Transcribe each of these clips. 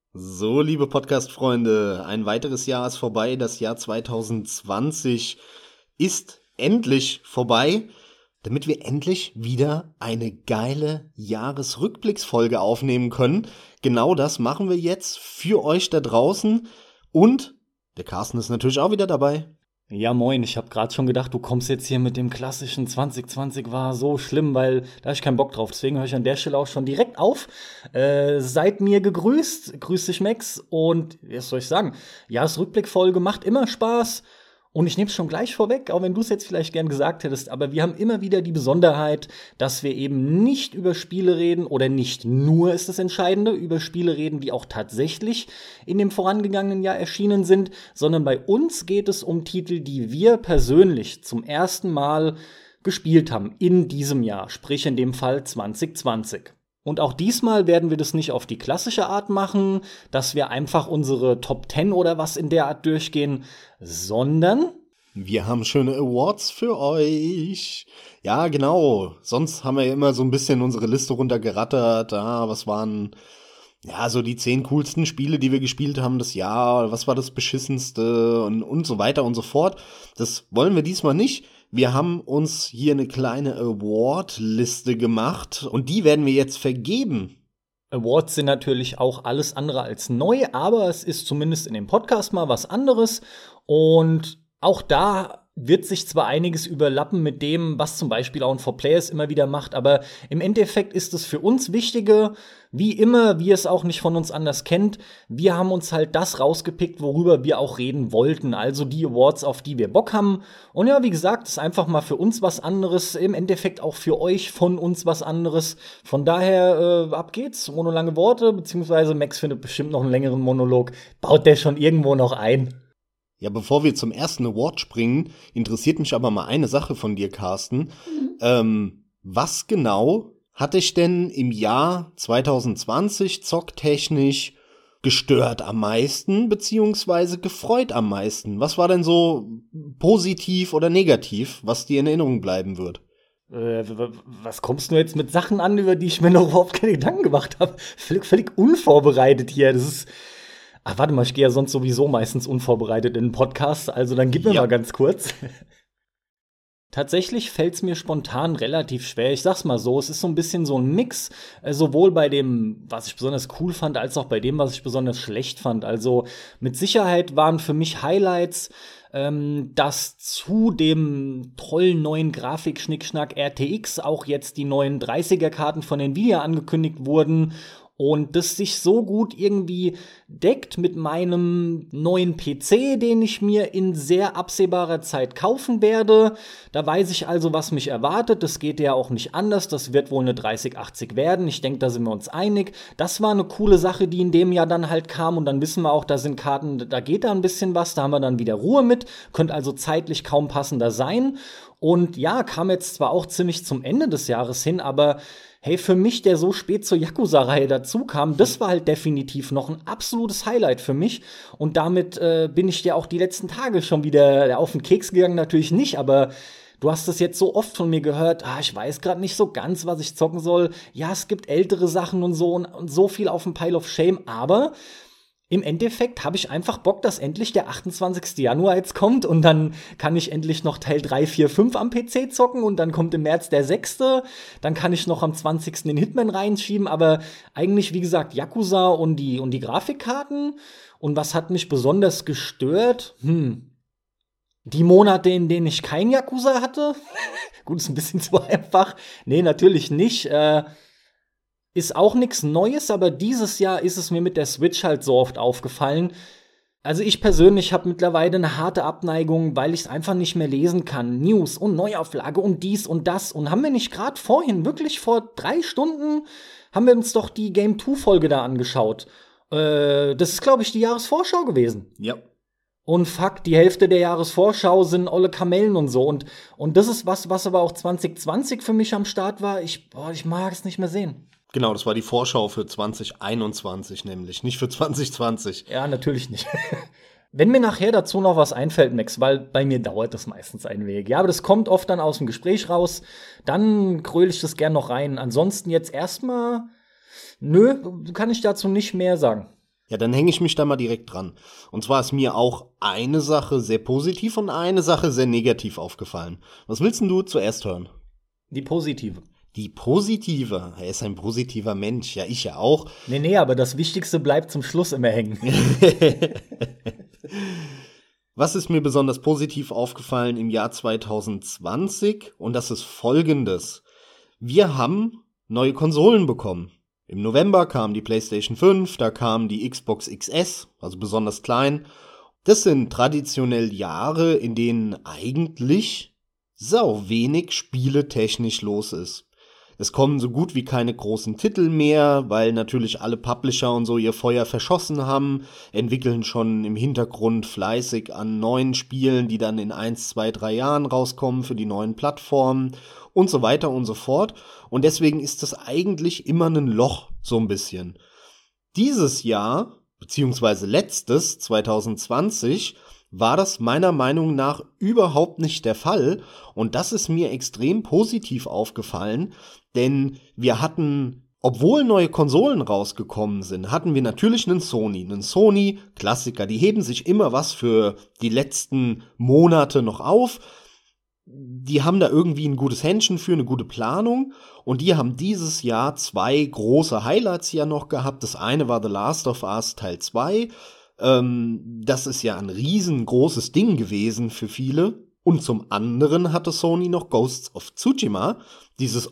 So, liebe Podcast-Freunde, ein weiteres Jahr ist vorbei. Das Jahr 2020 ist endlich vorbei, damit wir endlich wieder eine geile Jahresrückblicksfolge aufnehmen können. Genau das machen wir jetzt für euch da draußen. Und der Carsten ist natürlich auch wieder dabei. Ja, moin, ich habe gerade schon gedacht, du kommst jetzt hier mit dem klassischen 2020 war so schlimm, weil da hab ich keinen Bock drauf. Deswegen höre ich an der Stelle auch schon direkt auf. Seid mir gegrüßt, grüß dich Max und was soll ich sagen? Jahresrückblickfolge macht immer Spaß. Und ich nehme es schon gleich vorweg, auch wenn du es jetzt vielleicht gern gesagt hättest, aber wir haben immer wieder die Besonderheit, dass wir eben nicht über Spiele reden oder nicht nur ist das Entscheidende, über Spiele reden, die auch tatsächlich in dem vorangegangenen Jahr erschienen sind, sondern bei uns geht es um Titel, die wir persönlich zum ersten Mal gespielt haben in diesem Jahr, sprich in dem Fall 2020. Und auch diesmal werden wir das nicht auf die klassische Art machen, dass wir einfach unsere Top 10 oder was in der Art durchgehen, sondern wir haben schöne Awards für euch. Ja, genau. Sonst haben wir ja immer so ein bisschen unsere Liste runtergerattert. Was waren so die 10 coolsten Spiele, die wir gespielt haben das Jahr? Was war das beschissenste? Und so weiter und so fort. Das wollen wir diesmal nicht. Wir haben uns hier eine kleine Award-Liste gemacht und die werden wir jetzt vergeben. Awards sind natürlich auch alles andere als neu, aber es ist zumindest in dem Podcast mal was anderes. Und auch da wird sich zwar einiges überlappen mit dem, was zum Beispiel auch ein 4Players immer wieder macht, aber im Endeffekt ist es für uns Wichtige, wie immer, wie ihr es auch nicht von uns anders kennt, wir haben uns halt das rausgepickt, worüber wir auch reden wollten, also die Awards, auf die wir Bock haben. Und ja, wie gesagt, ist einfach mal für uns was anderes, im Endeffekt auch für euch von uns was anderes. Von daher, ab geht's, ohne lange Worte, beziehungsweise Max findet bestimmt noch einen längeren Monolog, baut der schon irgendwo noch ein. Ja, bevor wir zum ersten Award springen, interessiert mich aber mal eine Sache von dir, Carsten. Was genau hat dich denn im Jahr 2020 zocktechnisch gestört am meisten, beziehungsweise gefreut am meisten? Was war denn so positiv oder negativ, was dir in Erinnerung bleiben wird? Was kommst du jetzt mit Sachen an, über die ich mir noch überhaupt keine Gedanken gemacht habe? Völlig unvorbereitet hier. Das ist. Ach, warte mal, ich gehe ja sonst sowieso meistens unvorbereitet in den Podcast, also dann gib mir mal ganz kurz. Tatsächlich fällt es mir spontan relativ schwer. Ich sag's mal so, es ist so ein bisschen so ein Mix, sowohl bei dem, was ich besonders cool fand, als auch bei dem, was ich besonders schlecht fand. Also mit Sicherheit waren für mich Highlights, dass zu dem tollen neuen Grafik-Schnickschnack RTX auch jetzt die neuen 30er-Karten von Nvidia angekündigt wurden. Und das sich so gut irgendwie deckt mit meinem neuen PC, den ich mir in sehr absehbarer Zeit kaufen werde. Da weiß ich also, was mich erwartet. Das geht ja auch nicht anders. Das wird wohl eine 3080 werden. Ich denke, da sind wir uns einig. Das war eine coole Sache, die in dem Jahr dann halt kam. Und dann wissen wir auch, da sind Karten, da geht da ein bisschen was. Da haben wir dann wieder Ruhe mit. Könnte also zeitlich kaum passender sein. Und ja, kam jetzt zwar auch ziemlich zum Ende des Jahres hin, aber hey, für mich, der so spät zur Yakuza-Reihe dazu kam, das war halt definitiv noch ein absolutes Highlight für mich. Und damit bin ich dir auch die letzten Tage schon wieder auf den Keks gegangen, natürlich nicht, aber du hast das jetzt so oft von mir gehört, ich weiß gerade nicht so ganz, was ich zocken soll. Ja, es gibt ältere Sachen und so viel auf dem Pile of Shame, aber im Endeffekt habe ich einfach Bock, dass endlich der 28. Januar jetzt kommt und dann kann ich endlich noch Teil 3, 4, 5 am PC zocken und dann kommt im März der 6. Dann kann ich noch am 20. den Hitman reinschieben, aber eigentlich, wie gesagt, Yakuza und die Grafikkarten. Und was hat mich besonders gestört? Die Monate, in denen ich kein Yakuza hatte? Gut, ist ein bisschen zu einfach. Nee, natürlich nicht. Ist auch nichts Neues, aber dieses Jahr ist es mir mit der Switch halt so oft aufgefallen. Also ich persönlich habe mittlerweile eine harte Abneigung, weil ich es einfach nicht mehr lesen kann. News und Neuauflage und dies und das. Und haben wir nicht gerade vorhin, wirklich vor 3 Stunden, haben wir uns doch die Game 2-Folge da angeschaut. Das ist, glaube ich, die Jahresvorschau gewesen. Ja. Und fuck, die Hälfte der Jahresvorschau sind olle Kamellen und so. Und das ist was aber auch 2020 für mich am Start war. Ich mag es nicht mehr sehen. Genau, das war die Vorschau für 2021 nämlich, nicht für 2020. Ja, natürlich nicht. Wenn mir nachher dazu noch was einfällt, Max, weil bei mir dauert das meistens ein Weg. Ja, aber das kommt oft dann aus dem Gespräch raus. Dann kröle ich das gern noch rein. Ansonsten jetzt erstmal, kann ich dazu nicht mehr sagen. Ja, dann hänge ich mich da mal direkt dran. Und zwar ist mir auch eine Sache sehr positiv und eine Sache sehr negativ aufgefallen. Was willst denn du zuerst hören? Die positive. Die positive. Er ist ein positiver Mensch. Ja, ich ja auch. Nee, aber das Wichtigste bleibt zum Schluss immer hängen. Was ist mir besonders positiv aufgefallen im Jahr 2020? Und das ist Folgendes. Wir haben neue Konsolen bekommen. Im November kam die PlayStation 5, da kam die Xbox XS, also besonders klein. Das sind traditionell Jahre, in denen eigentlich sau wenig spieletechnisch los ist. Es kommen so gut wie keine großen Titel mehr, weil natürlich alle Publisher und so ihr Feuer verschossen haben, entwickeln schon im Hintergrund fleißig an neuen Spielen, die dann in 1, 2, 3 Jahren rauskommen für die neuen Plattformen und so weiter und so fort. Und deswegen ist das eigentlich immer ein Loch, so ein bisschen. Dieses Jahr, beziehungsweise letztes, 2020, war das meiner Meinung nach überhaupt nicht der Fall. Und das ist mir extrem positiv aufgefallen, denn wir hatten, obwohl neue Konsolen rausgekommen sind, hatten wir natürlich einen Sony. Einen Sony-Klassiker, die heben sich immer was für die letzten Monate noch auf. Die haben da irgendwie ein gutes Händchen für, eine gute Planung. Und die haben dieses Jahr 2 große Highlights ja noch gehabt. Das eine war The Last of Us Teil 2. Das ist ja ein riesengroßes Ding gewesen für viele. Und zum anderen hatte Sony noch Ghosts of Tsushima, dieses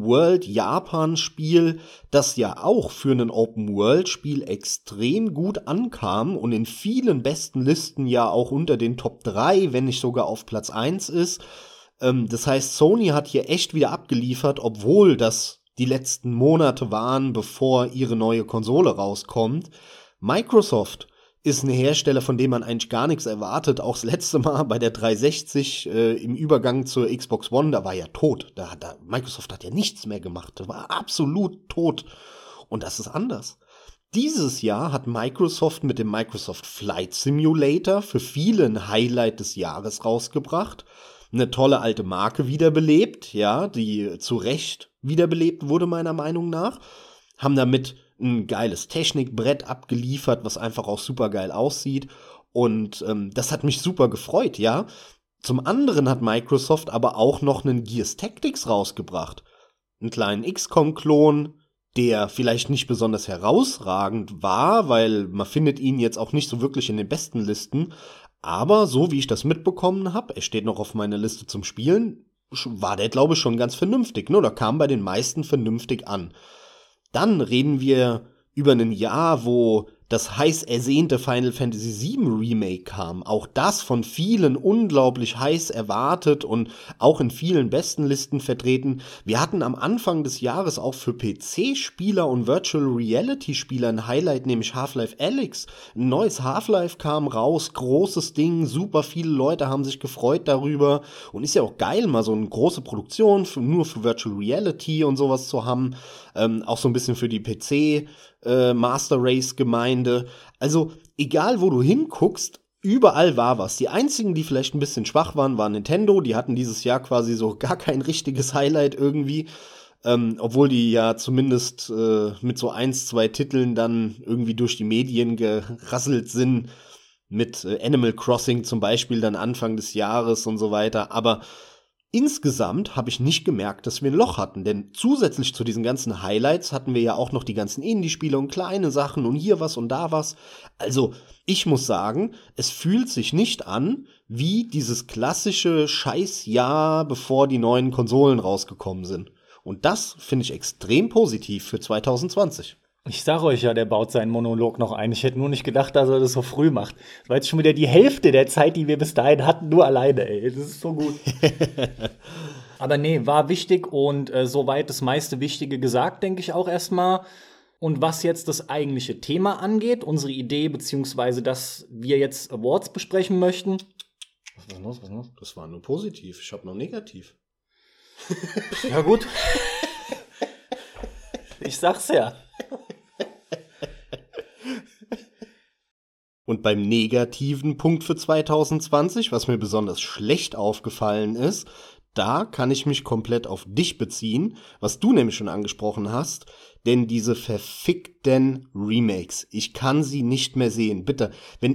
Open-World-Japan-Spiel, das ja auch für ein Open-World-Spiel extrem gut ankam und in vielen besten Listen ja auch unter den Top 3, wenn nicht sogar auf Platz 1 ist. Das heißt, Sony hat hier echt wieder abgeliefert, obwohl das die letzten Monate waren, bevor ihre neue Konsole rauskommt. Microsoft ist ein Hersteller, von dem man eigentlich gar nichts erwartet. Auch das letzte Mal bei der 360 im Übergang zur Xbox One, da war ja tot. Microsoft hat ja nichts mehr gemacht. Das war absolut tot. Und das ist anders. Dieses Jahr hat Microsoft mit dem Microsoft Flight Simulator für viele ein Highlight des Jahres rausgebracht. Eine tolle alte Marke wiederbelebt, ja, die zu Recht wiederbelebt wurde, meiner Meinung nach. Haben damit ein geiles Technikbrett abgeliefert, was einfach auch super geil aussieht. Und das hat mich super gefreut, ja. Zum anderen hat Microsoft aber auch noch einen Gears Tactics rausgebracht. Einen kleinen XCOM-Klon, der vielleicht nicht besonders herausragend war, weil man findet ihn jetzt auch nicht so wirklich in den besten Listen. Aber so wie ich das mitbekommen habe, er steht noch auf meiner Liste zum Spielen, war der, glaube ich, schon ganz vernünftig, ne? Oder kam bei den meisten vernünftig an. Dann reden wir über ein Jahr, wo das heiß ersehnte Final Fantasy VII Remake kam. Auch das von vielen unglaublich heiß erwartet und auch in vielen Bestenlisten vertreten. Wir hatten am Anfang des Jahres auch für PC-Spieler und Virtual Reality-Spieler ein Highlight, nämlich Half-Life Alyx. Ein neues Half-Life kam raus, großes Ding, super viele Leute haben sich gefreut darüber. Und ist ja auch geil, mal so eine große Produktion nur für Virtual Reality und sowas zu haben. Auch so ein bisschen für die PC Master Race Gemeinde. Also egal wo du hinguckst, überall war was. Die einzigen, die vielleicht ein bisschen schwach waren, war Nintendo. Die hatten dieses Jahr quasi so gar kein richtiges Highlight irgendwie. Obwohl die ja zumindest mit so 1, 2 Titeln dann irgendwie durch die Medien gerasselt sind. Mit Animal Crossing zum Beispiel dann Anfang des Jahres und so weiter. Aber insgesamt habe ich nicht gemerkt, dass wir ein Loch hatten, denn zusätzlich zu diesen ganzen Highlights hatten wir ja auch noch die ganzen Indie-Spiele und kleine Sachen und hier was und da was. Also, ich muss sagen, es fühlt sich nicht an wie dieses klassische Scheißjahr, bevor die neuen Konsolen rausgekommen sind. Und das finde ich extrem positiv für 2020. Ich sag euch ja, der baut seinen Monolog noch ein. Ich hätte nur nicht gedacht, dass er das so früh macht. Das war jetzt schon wieder die Hälfte der Zeit, die wir bis dahin hatten, nur alleine, ey. Das ist so gut. Aber nee, war wichtig und soweit das meiste Wichtige gesagt, denke ich auch erstmal. Und was jetzt das eigentliche Thema angeht, unsere Idee, beziehungsweise dass wir jetzt Awards besprechen möchten. Was ist los? Das war nur positiv, ich habe noch negativ. Ja gut. Ich sag's ja. Und beim negativen Punkt für 2020, was mir besonders schlecht aufgefallen ist, da kann ich mich komplett auf dich beziehen, was du nämlich schon angesprochen hast, denn diese verfickten Remakes, ich kann sie nicht mehr sehen. Bitte,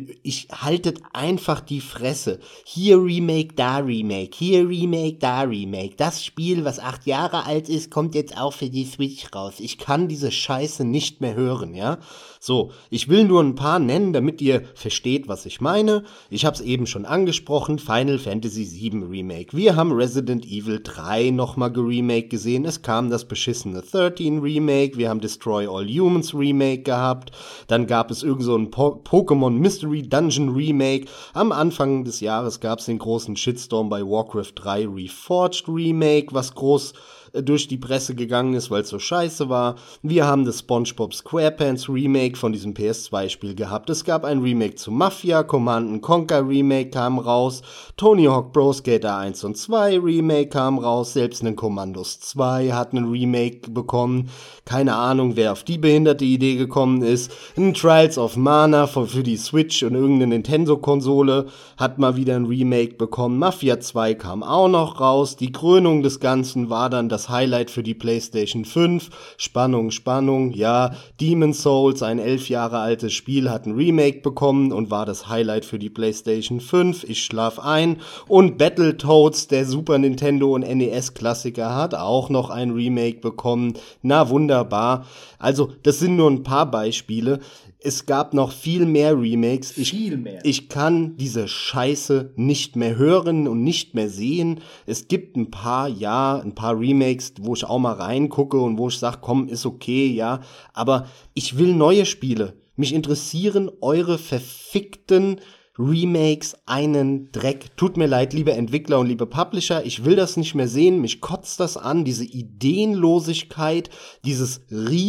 haltet einfach die Fresse. Hier Remake, da Remake, hier Remake, da Remake. Das Spiel, was 8 Jahre alt ist, kommt jetzt auch für die Switch raus. Ich kann diese Scheiße nicht mehr hören, ja? So, ich will nur ein paar nennen, damit ihr versteht, was ich meine. Ich habe es eben schon angesprochen, Final Fantasy VII Remake. Wir haben Resident Evil 3 nochmal geremake gesehen. Es kam das beschissene 13 Remake. Wir haben Destroy All Humans Remake gehabt. Dann gab es irgend so ein Pokémon Mystery Dungeon Remake. Am Anfang des Jahres gab es den großen Shitstorm bei Warcraft 3 Reforged Remake, was groß durch die Presse gegangen ist, weil es so scheiße war. Wir haben das SpongeBob SquarePants Remake von diesem PS2-Spiel gehabt. Es gab ein Remake zu Mafia, Command & Conquer Remake kam raus, Tony Hawk Pro Skater 1 und 2 Remake kam raus, selbst ein Commandos 2 hat einen Remake bekommen. Keine Ahnung, wer auf die behinderte Idee gekommen ist. Ein Trials of Mana für die Switch und irgendeine Nintendo-Konsole hat mal wieder ein Remake bekommen. Mafia 2 kam auch noch raus. Die Krönung des Ganzen war dann das Highlight für die PlayStation 5. Spannung, ja. Demon's Souls, ein 11 Jahre altes Spiel, hat ein Remake bekommen und war das Highlight für die PlayStation 5. Ich schlaf ein. Und Battletoads, der Super Nintendo und NES-Klassiker, hat auch noch ein Remake bekommen. Na, wunderbar. Also, das sind nur ein paar Beispiele. Es gab noch viel mehr Remakes. Ich kann diese Scheiße nicht mehr hören und nicht mehr sehen. Es gibt ein paar Remakes, wo ich auch mal reingucke und wo ich sage, komm, ist okay, ja. Aber ich will neue Spiele. Mich interessieren eure verfickten Remakes einen Dreck. Tut mir leid, liebe Entwickler und liebe Publisher, ich will das nicht mehr sehen, mich kotzt das an, diese Ideenlosigkeit, dieses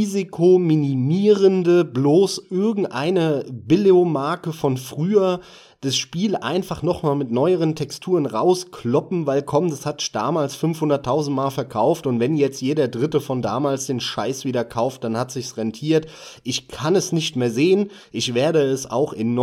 Risikominimierende, bloß irgendeine Billo-Marke von früher, das Spiel einfach nochmal mit neueren Texturen rauskloppen, weil komm, das hat damals 500.000 Mal verkauft und wenn jetzt jeder Dritte von damals den Scheiß wieder kauft, dann hat sich's rentiert. Ich kann es nicht mehr sehen, ich werde es auch in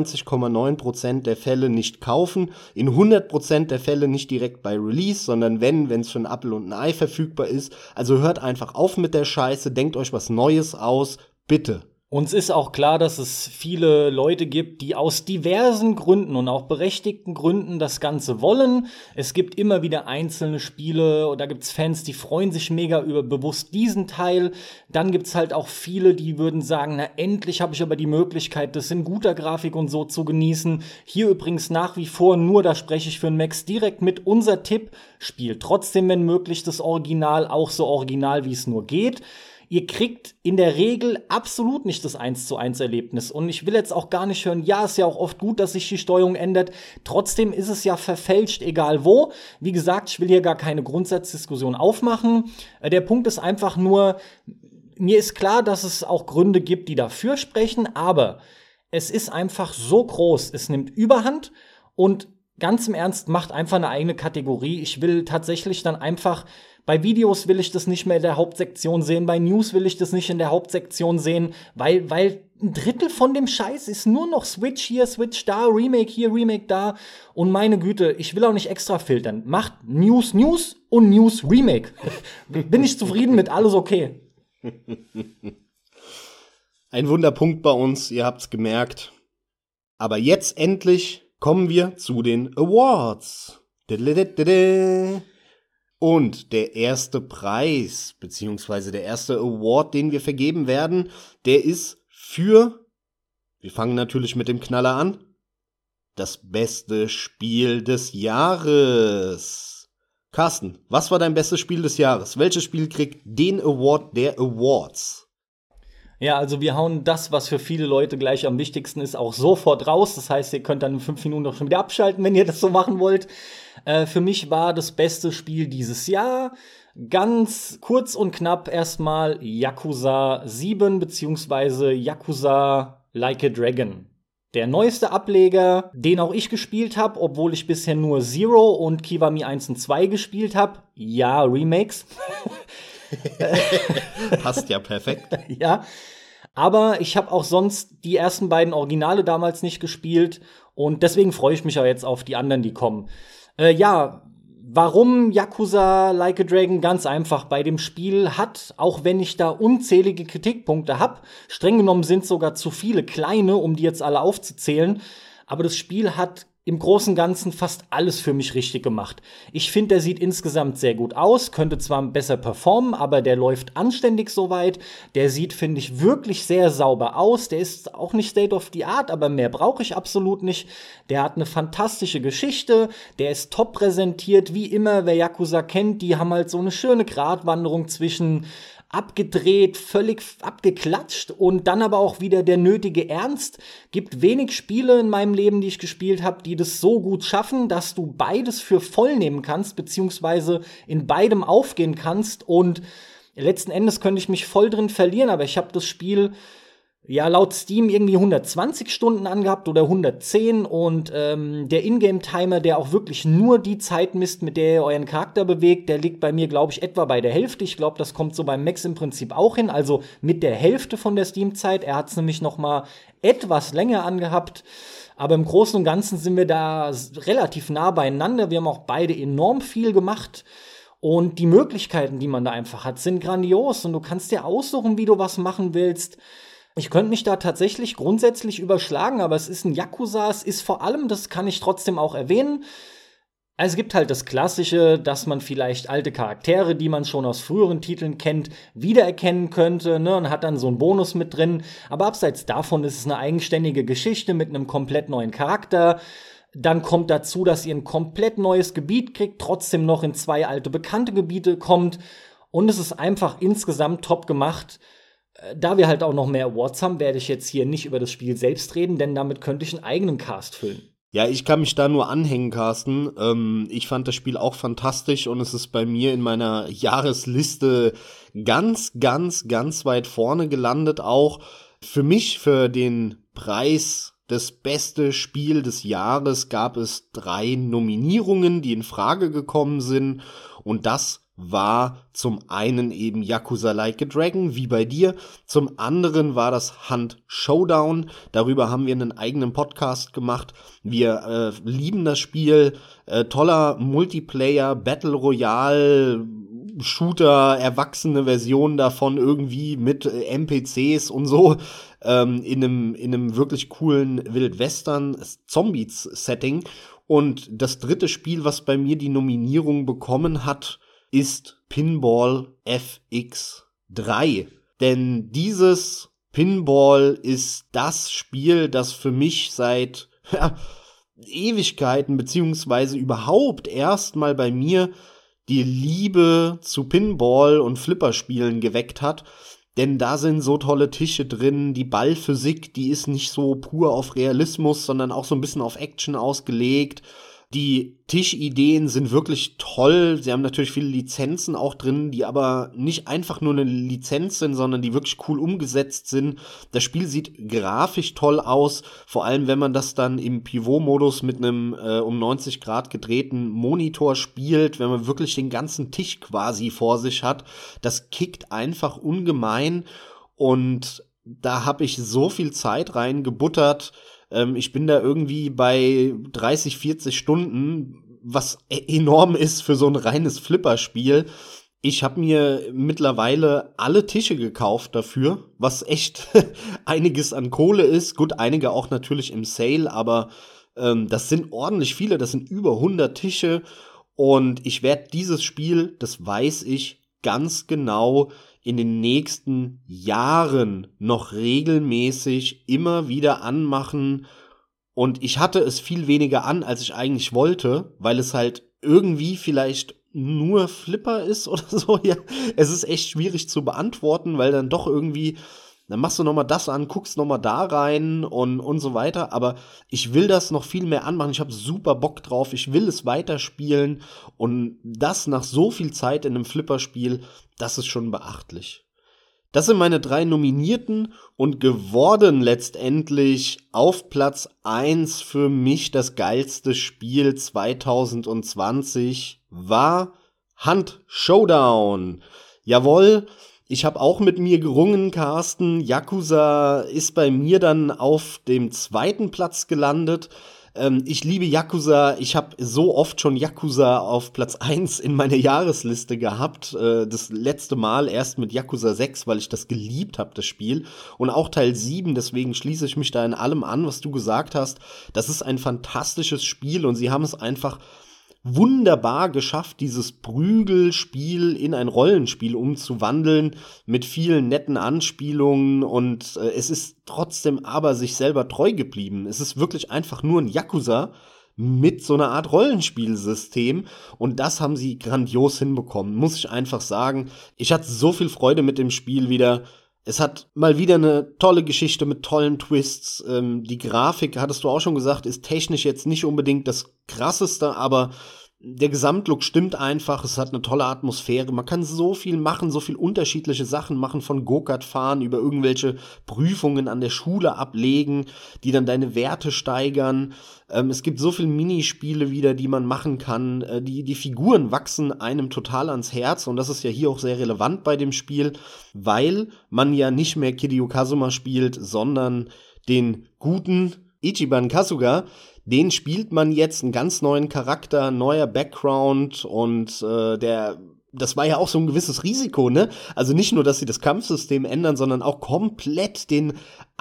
99,9% der Fälle nicht kaufen, in 100% der Fälle nicht direkt bei Release, sondern wenn es für ein Apfel und ein Ei verfügbar ist. Also hört einfach auf mit der Scheiße, denkt euch was Neues aus, bitte. Uns ist auch klar, dass es viele Leute gibt, die aus diversen Gründen und auch berechtigten Gründen das Ganze wollen. Es gibt immer wieder einzelne Spiele oder gibt's Fans, die freuen sich mega über bewusst diesen Teil. Dann gibt's halt auch viele, die würden sagen, na endlich habe ich aber die Möglichkeit, das in guter Grafik und so zu genießen. Hier übrigens nach wie vor nur, da spreche ich für den Max direkt mit, unser Tipp, spielt trotzdem, wenn möglich, das Original, auch so original, wie es nur geht. Ihr kriegt in der Regel absolut nicht das 1:1 Erlebnis. Und ich will jetzt auch gar nicht hören, ja, ist ja auch oft gut, dass sich die Steuerung ändert. Trotzdem ist es ja verfälscht, egal wo. Wie gesagt, ich will hier gar keine Grundsatzdiskussion aufmachen. Der Punkt ist einfach nur, mir ist klar, dass es auch Gründe gibt, die dafür sprechen, aber es ist einfach so groß, es nimmt Überhand und ganz im Ernst, macht einfach eine eigene Kategorie. Ich will tatsächlich dann einfach bei Videos will ich das nicht mehr in der Hauptsektion sehen, bei News will ich das nicht in der Hauptsektion sehen, weil ein Drittel von dem Scheiß ist nur noch Switch hier, Switch da, Remake hier, Remake da. Und meine Güte, ich will auch nicht extra filtern. Macht News und News Remake. Bin ich zufrieden mit, alles okay. Ein Wunderpunkt bei uns, ihr habt's gemerkt. Aber jetzt endlich kommen wir zu den Awards. Und der erste Preis, beziehungsweise der erste Award, den wir vergeben werden, der ist wir fangen natürlich mit dem Knaller an, das beste Spiel des Jahres. Carsten, was war dein bestes Spiel des Jahres? Welches Spiel kriegt den Award der Awards? Ja, also wir hauen das, was für viele Leute gleich am wichtigsten ist, auch sofort raus. Das heißt, ihr könnt dann in 5 Minuten auch schon wieder abschalten, wenn ihr das so machen wollt. Für mich war das beste Spiel dieses Jahr ganz kurz und knapp erstmal Yakuza 7 beziehungsweise Yakuza Like a Dragon. Der neueste Ableger, den auch ich gespielt habe, obwohl ich bisher nur Zero und Kiwami 1 und 2 gespielt habe. Ja, Remakes. Passt ja perfekt. Ja, aber ich habe auch sonst die ersten beiden Originale damals nicht gespielt und deswegen freue ich mich auch jetzt auf die anderen, die kommen. Ja, Warum Yakuza Like a Dragon? Ganz einfach. Bei dem Spiel hat, auch wenn ich da unzählige Kritikpunkte habe, streng genommen sind sogar zu viele kleine, um die jetzt alle aufzuzählen, aber das Spiel hat im Großen und Ganzen fast alles für mich richtig gemacht. Ich finde, der sieht insgesamt sehr gut aus, könnte zwar besser performen, aber der läuft anständig soweit. Der sieht, finde ich, wirklich sehr sauber aus. Der ist auch nicht State of the Art, aber mehr brauche ich absolut nicht. Der hat eine fantastische Geschichte, der ist top präsentiert, wie immer, wer Yakuza kennt, die haben halt so eine schöne Gratwanderung zwischen abgedreht, völlig abgeklatscht und dann aber auch wieder der nötige Ernst. Gibt wenig Spiele in meinem Leben, die ich gespielt habe, die das so gut schaffen, dass du beides für voll nehmen kannst, beziehungsweise in beidem aufgehen kannst. Und letzten Endes könnte ich mich voll drin verlieren, aber ich habe das Spiel ja laut Steam irgendwie 120 Stunden angehabt oder 110 und der Ingame-Timer, der auch wirklich nur die Zeit misst, mit der ihr euren Charakter bewegt, der liegt bei mir, glaube ich, etwa bei der Hälfte. Ich glaube, das kommt so beim Max im Prinzip auch hin, also mit der Hälfte von der Steam-Zeit. Er hat es nämlich noch mal etwas länger angehabt, aber im Großen und Ganzen sind wir da relativ nah beieinander. Wir haben auch beide enorm viel gemacht. Und die Möglichkeiten, die man da einfach hat, sind grandios und du kannst dir aussuchen, wie du was machen willst. Ich könnte mich da tatsächlich grundsätzlich überschlagen, aber es ist ein Yakuza, es ist vor allem, das kann ich trotzdem auch erwähnen, es gibt halt das Klassische, dass man vielleicht alte Charaktere, die man schon aus früheren Titeln kennt, wiedererkennen könnte, ne, und hat dann so einen Bonus mit drin. Aber abseits davon ist es eine eigenständige Geschichte mit einem komplett neuen Charakter. Dann kommt dazu, dass ihr ein komplett neues Gebiet kriegt, trotzdem noch in 2 alte bekannte Gebiete kommt. Und es ist einfach insgesamt top gemacht. Da wir halt auch noch mehr Awards haben, werde ich jetzt hier nicht über das Spiel selbst reden, denn damit könnte ich einen eigenen Cast füllen. Ja, ich kann mich da nur anhängen, Carsten. Ich fand das Spiel auch fantastisch und es ist bei mir in meiner Jahresliste ganz, ganz, ganz weit vorne gelandet auch. Für mich, für den Preis das beste Spiel des Jahres, gab es 3 Nominierungen, die in Frage gekommen sind und das war zum einen eben Yakuza Like a Dragon, wie bei dir. Zum anderen war das Hunt Showdown. Darüber haben wir einen eigenen Podcast gemacht. Wir lieben das Spiel. Toller Multiplayer, Battle Royale, Shooter, erwachsene Version davon irgendwie mit NPCs und so. In einem wirklich coolen Wildwestern-Zombies-Setting. Und das dritte Spiel, was bei mir die Nominierung bekommen hat, ist Pinball FX3. Denn dieses Pinball ist das Spiel, das für mich seit Ewigkeiten beziehungsweise überhaupt erstmal bei mir die Liebe zu Pinball und Flipperspielen geweckt hat. Denn da sind so tolle Tische drin, die Ballphysik, die ist nicht so pur auf Realismus, sondern auch so ein bisschen auf Action ausgelegt. Die Tischideen sind wirklich toll. Sie haben natürlich viele Lizenzen auch drin, die aber nicht einfach nur eine Lizenz sind, sondern die wirklich cool umgesetzt sind. Das Spiel sieht grafisch toll aus, vor allem wenn man das dann im Pivot-Modus mit einem um 90 Grad gedrehten Monitor spielt, wenn man wirklich den ganzen Tisch quasi vor sich hat. Das kickt einfach ungemein und da habe ich so viel Zeit reingebuttert. Ich bin da irgendwie bei 30, 40 Stunden, was enorm ist für so ein reines Flipperspiel. Ich habe mir mittlerweile alle Tische gekauft dafür, was echt einiges an Kohle ist. Gut, einige auch natürlich im Sale, aber das sind ordentlich viele, das sind über 100 Tische. Und ich werde dieses Spiel, das weiß ich ganz genau, in den nächsten Jahren noch regelmäßig immer wieder anmachen. Und ich hatte es viel weniger an, als ich eigentlich wollte, weil es halt irgendwie vielleicht nur Flipper ist oder so. Ja, es ist echt schwierig zu beantworten, weil dann doch irgendwie, dann machst du nochmal das an, guckst nochmal da rein und so weiter. Aber ich will das noch viel mehr anmachen. Ich habe super Bock drauf. Ich will es weiterspielen. Und das nach so viel Zeit in einem Flipperspiel, das ist schon beachtlich. Das sind meine 3 Nominierten und geworden letztendlich auf Platz 1 für mich das geilste Spiel 2020 war Hunt Showdown. Jawohl, ich habe auch mit mir gerungen, Carsten. Yakuza ist bei mir dann auf dem 2. Platz gelandet. Ich liebe Yakuza. Ich habe so oft schon Yakuza auf Platz 1 in meiner Jahresliste gehabt. Das letzte Mal erst mit Yakuza 6, weil ich das geliebt habe, das Spiel. Und auch Teil 7, deswegen schließe ich mich da in allem an, was du gesagt hast. Das ist ein fantastisches Spiel und sie haben es einfach wunderbar geschafft, dieses Prügelspiel in ein Rollenspiel umzuwandeln mit vielen netten Anspielungen und es ist trotzdem aber sich selber treu geblieben. Es ist wirklich einfach nur ein Yakuza mit so einer Art Rollenspielsystem und das haben sie grandios hinbekommen, muss ich einfach sagen. Ich hatte so viel Freude mit dem Spiel wieder. Es hat mal wieder eine tolle Geschichte mit tollen Twists. Die Grafik, hattest du auch schon gesagt, ist technisch jetzt nicht unbedingt das Krasseste, aber der Gesamtlook stimmt einfach. Es hat eine tolle Atmosphäre. Man kann so viel machen, so viel unterschiedliche Sachen machen, von Go-Kart fahren über irgendwelche Prüfungen an der Schule ablegen, die dann deine Werte steigern. Es gibt so viele Minispiele wieder, die man machen kann. Die Figuren wachsen einem total ans Herz und das ist ja hier auch sehr relevant bei dem Spiel, weil man ja nicht mehr Kiryu Kazuma spielt, sondern den guten Ichiban Kasuga. Den spielt man jetzt, einen ganz neuen Charakter, neuer Background und das war ja auch so ein gewisses Risiko, ne? Also nicht nur, dass sie das Kampfsystem ändern, sondern auch komplett den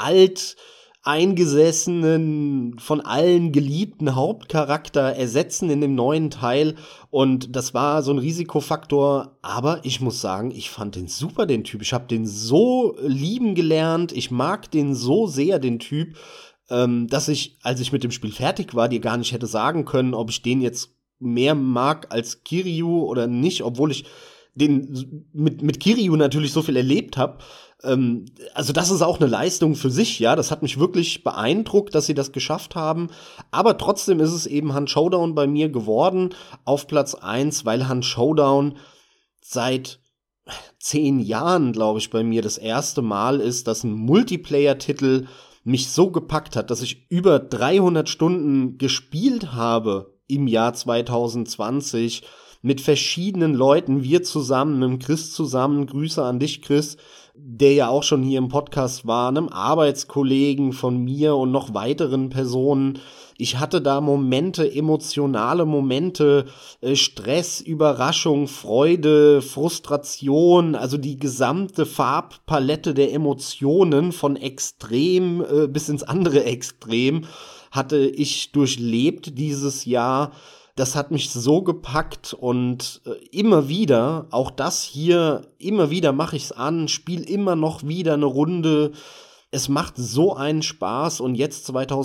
alteingesessenen, von allen geliebten Hauptcharakter ersetzen in dem neuen Teil. Und das war so ein Risikofaktor. Aber ich muss sagen, ich fand den super, den Typ. Ich habe den so lieben gelernt. Ich mag den so sehr, den Typ, dass ich, als ich mit dem Spiel fertig war, dir gar nicht hätte sagen können, ob ich den jetzt mehr mag als Kiryu oder nicht, obwohl ich den mit Kiryu natürlich so viel erlebt habe. Also das ist auch eine Leistung für sich, ja. Das hat mich wirklich beeindruckt, dass sie das geschafft haben. Aber trotzdem ist es eben Hunt Showdown bei mir geworden auf Platz 1, weil Hunt Showdown seit 10 Jahren, glaube ich, bei mir das erste Mal ist, dass ein Multiplayer-Titel mich so gepackt hat, dass ich über 300 Stunden gespielt habe im Jahr 2020 mit verschiedenen Leuten, wir zusammen, mit dem Chris zusammen, Grüße an dich, Chris, der ja auch schon hier im Podcast war, einem Arbeitskollegen von mir und noch weiteren Personen. Ich hatte da Momente, emotionale Momente, Stress, Überraschung, Freude, Frustration, also die gesamte Farbpalette der Emotionen von Extrem bis ins andere Extrem hatte ich durchlebt dieses Jahr. Das hat mich so gepackt und immer wieder, auch das hier, immer wieder mache ich's an, spiel immer noch wieder eine Runde. Es macht so einen Spaß und jetzt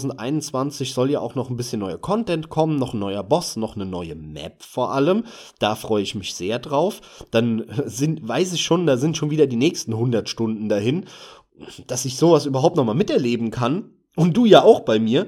2021 soll ja auch noch ein bisschen neuer Content kommen, noch ein neuer Boss, noch eine neue Map vor allem. Da freue ich mich sehr drauf. Dann weiß ich schon, da sind schon wieder die nächsten 100 Stunden dahin, dass ich sowas überhaupt noch mal miterleben kann. Und du ja auch bei mir.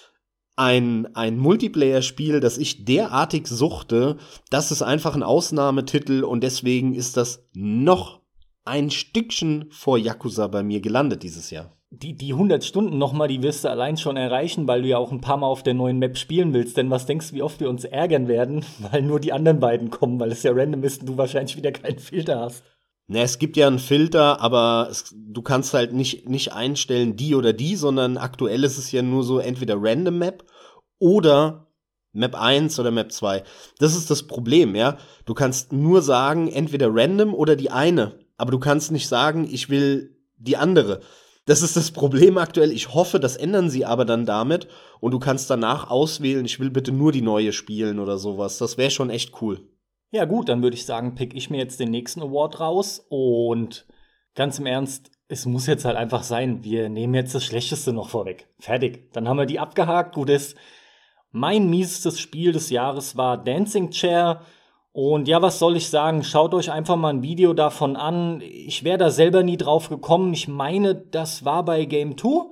Ein Multiplayer-Spiel, das ich derartig suchte, das ist einfach ein Ausnahmetitel und deswegen ist das noch ein Stückchen vor Yakuza bei mir gelandet dieses Jahr. Die 100 Stunden nochmal, die wirst du allein schon erreichen, weil du ja auch ein paar Mal auf der neuen Map spielen willst. Denn was denkst du, wie oft wir uns ärgern werden, weil nur die anderen beiden kommen, weil es ja random ist und du wahrscheinlich wieder keinen Filter hast. Na, es gibt ja einen Filter, aber du kannst halt nicht einstellen, die oder die, sondern aktuell ist es ja nur so entweder Random Map oder Map 1 oder Map 2. Das ist das Problem, ja. Du kannst nur sagen, entweder Random oder die eine, aber du kannst nicht sagen, ich will die andere. Das ist das Problem aktuell. Ich hoffe, das ändern sie aber dann damit und du kannst danach auswählen, ich will bitte nur die neue spielen oder sowas. Das wäre schon echt cool. Ja gut, dann würde ich sagen, pick ich mir jetzt den nächsten Award raus und ganz im Ernst, es muss jetzt halt einfach sein, wir nehmen jetzt das Schlechteste noch vorweg. Fertig. Dann haben wir die abgehakt. Gut ist, mein miesestes Spiel des Jahres war Dancing Chair. Und ja, was soll ich sagen? Schaut euch einfach mal ein Video davon an. Ich wäre da selber nie drauf gekommen. Ich meine, das war bei Game 2.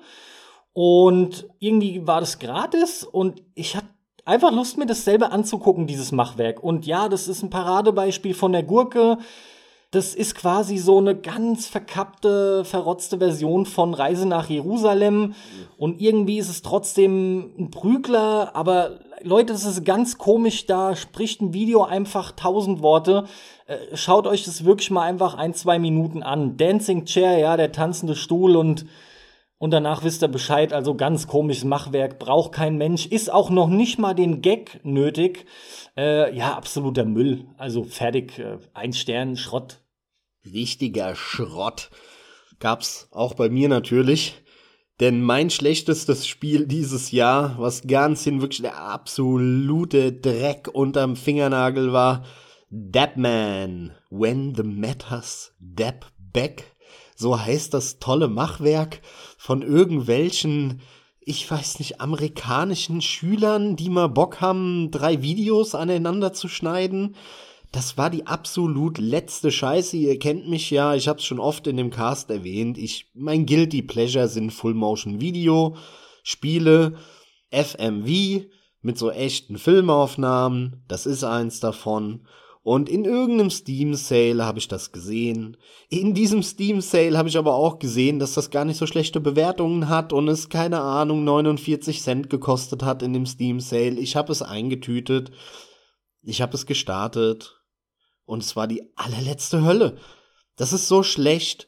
Und irgendwie war das gratis. Und ich hatte einfach Lust, mir das selber anzugucken, dieses Machwerk. Und ja, das ist ein Paradebeispiel von der Gurke. Das ist quasi so eine ganz verkappte, verrotzte Version von Reise nach Jerusalem. Und irgendwie ist es trotzdem ein Prügler. Aber Leute, das ist ganz komisch. Da spricht ein Video einfach 1000 Worte. Schaut euch das wirklich mal einfach 1-2 Minuten an. Dancing Chair, ja, der tanzende Stuhl und Und danach wisst ihr Bescheid, also ganz komisches Machwerk, braucht kein Mensch, ist auch noch nicht mal den Gag nötig. Ja, absoluter Müll, also fertig, 1 Stern, Schrott. Richtiger Schrott. Gab's auch bei mir natürlich. Denn mein schlechtestes Spiel dieses Jahr, was ganz hin wirklich der absolute Dreck unterm Fingernagel war, Deadman, When the Matters Dab Back. So heißt das tolle Machwerk von irgendwelchen, ich weiß nicht, amerikanischen Schülern, die mal Bock haben, 3 Videos aneinander zu schneiden. Das war die absolut letzte Scheiße. Ihr kennt mich ja, ich hab's schon oft in dem Cast erwähnt. Mein Guilty Pleasure sind Full-Motion-Video, Spiele, FMV mit so echten Filmaufnahmen. Das ist eins davon. Und in irgendeinem Steam-Sale habe ich das gesehen. In diesem Steam-Sale habe ich aber auch gesehen, dass das gar nicht so schlechte Bewertungen hat und es, keine Ahnung, 49 Cent gekostet hat in dem Steam-Sale. Ich habe es eingetütet. Ich habe es gestartet. Und es war die allerletzte Hölle. Das ist so schlecht,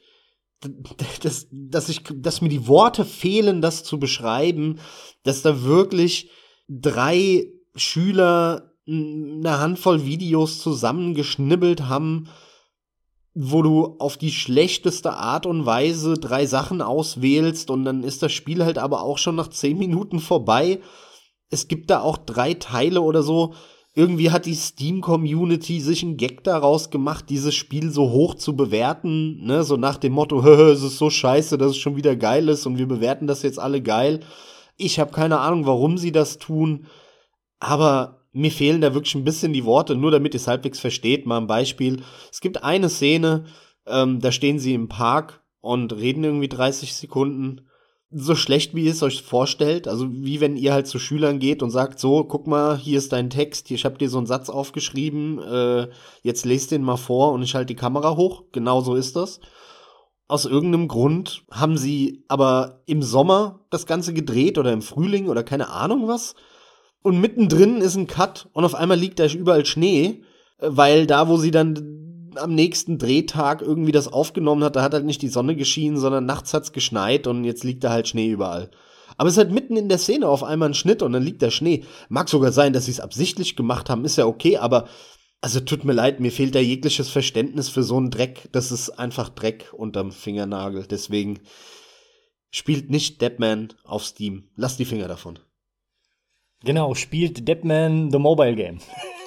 dass mir die Worte fehlen, das zu beschreiben, dass da wirklich 3 Schüler eine Handvoll Videos zusammengeschnibbelt haben, wo du auf die schlechteste Art und Weise 3 Sachen auswählst und dann ist das Spiel halt aber auch schon nach 10 Minuten vorbei. Es gibt da auch 3 Teile oder so. Irgendwie hat die Steam-Community sich einen Gag daraus gemacht, dieses Spiel so hoch zu bewerten, ne, so nach dem Motto, es ist so scheiße, dass es schon wieder geil ist und wir bewerten das jetzt alle geil. Ich habe keine Ahnung, warum sie das tun, aber mir fehlen da wirklich ein bisschen die Worte, nur damit ihr es halbwegs versteht. Mal ein Beispiel. Es gibt eine Szene, da stehen sie im Park und reden irgendwie 30 Sekunden. So schlecht, wie ihr es euch vorstellt. Also wie wenn ihr halt zu Schülern geht und sagt, so, guck mal, hier ist dein Text, ich habe dir so einen Satz aufgeschrieben, jetzt lest den mal vor und ich halte die Kamera hoch. Genau so ist das. Aus irgendeinem Grund haben sie aber im Sommer das Ganze gedreht oder im Frühling oder keine Ahnung was. Und mittendrin ist ein Cut und auf einmal liegt da überall Schnee, weil da, wo sie dann am nächsten Drehtag irgendwie das aufgenommen hat, da hat halt nicht die Sonne geschienen, sondern nachts hat's geschneit und jetzt liegt da halt Schnee überall. Aber es ist halt mitten in der Szene auf einmal ein Schnitt und dann liegt da Schnee. Mag sogar sein, dass sie es absichtlich gemacht haben, ist ja okay, aber also tut mir leid, mir fehlt da jegliches Verständnis für so einen Dreck. Das ist einfach Dreck unterm Fingernagel. Deswegen spielt nicht Deadman auf Steam. Lasst die Finger davon. Genau, spielt Deadman the Mobile Game.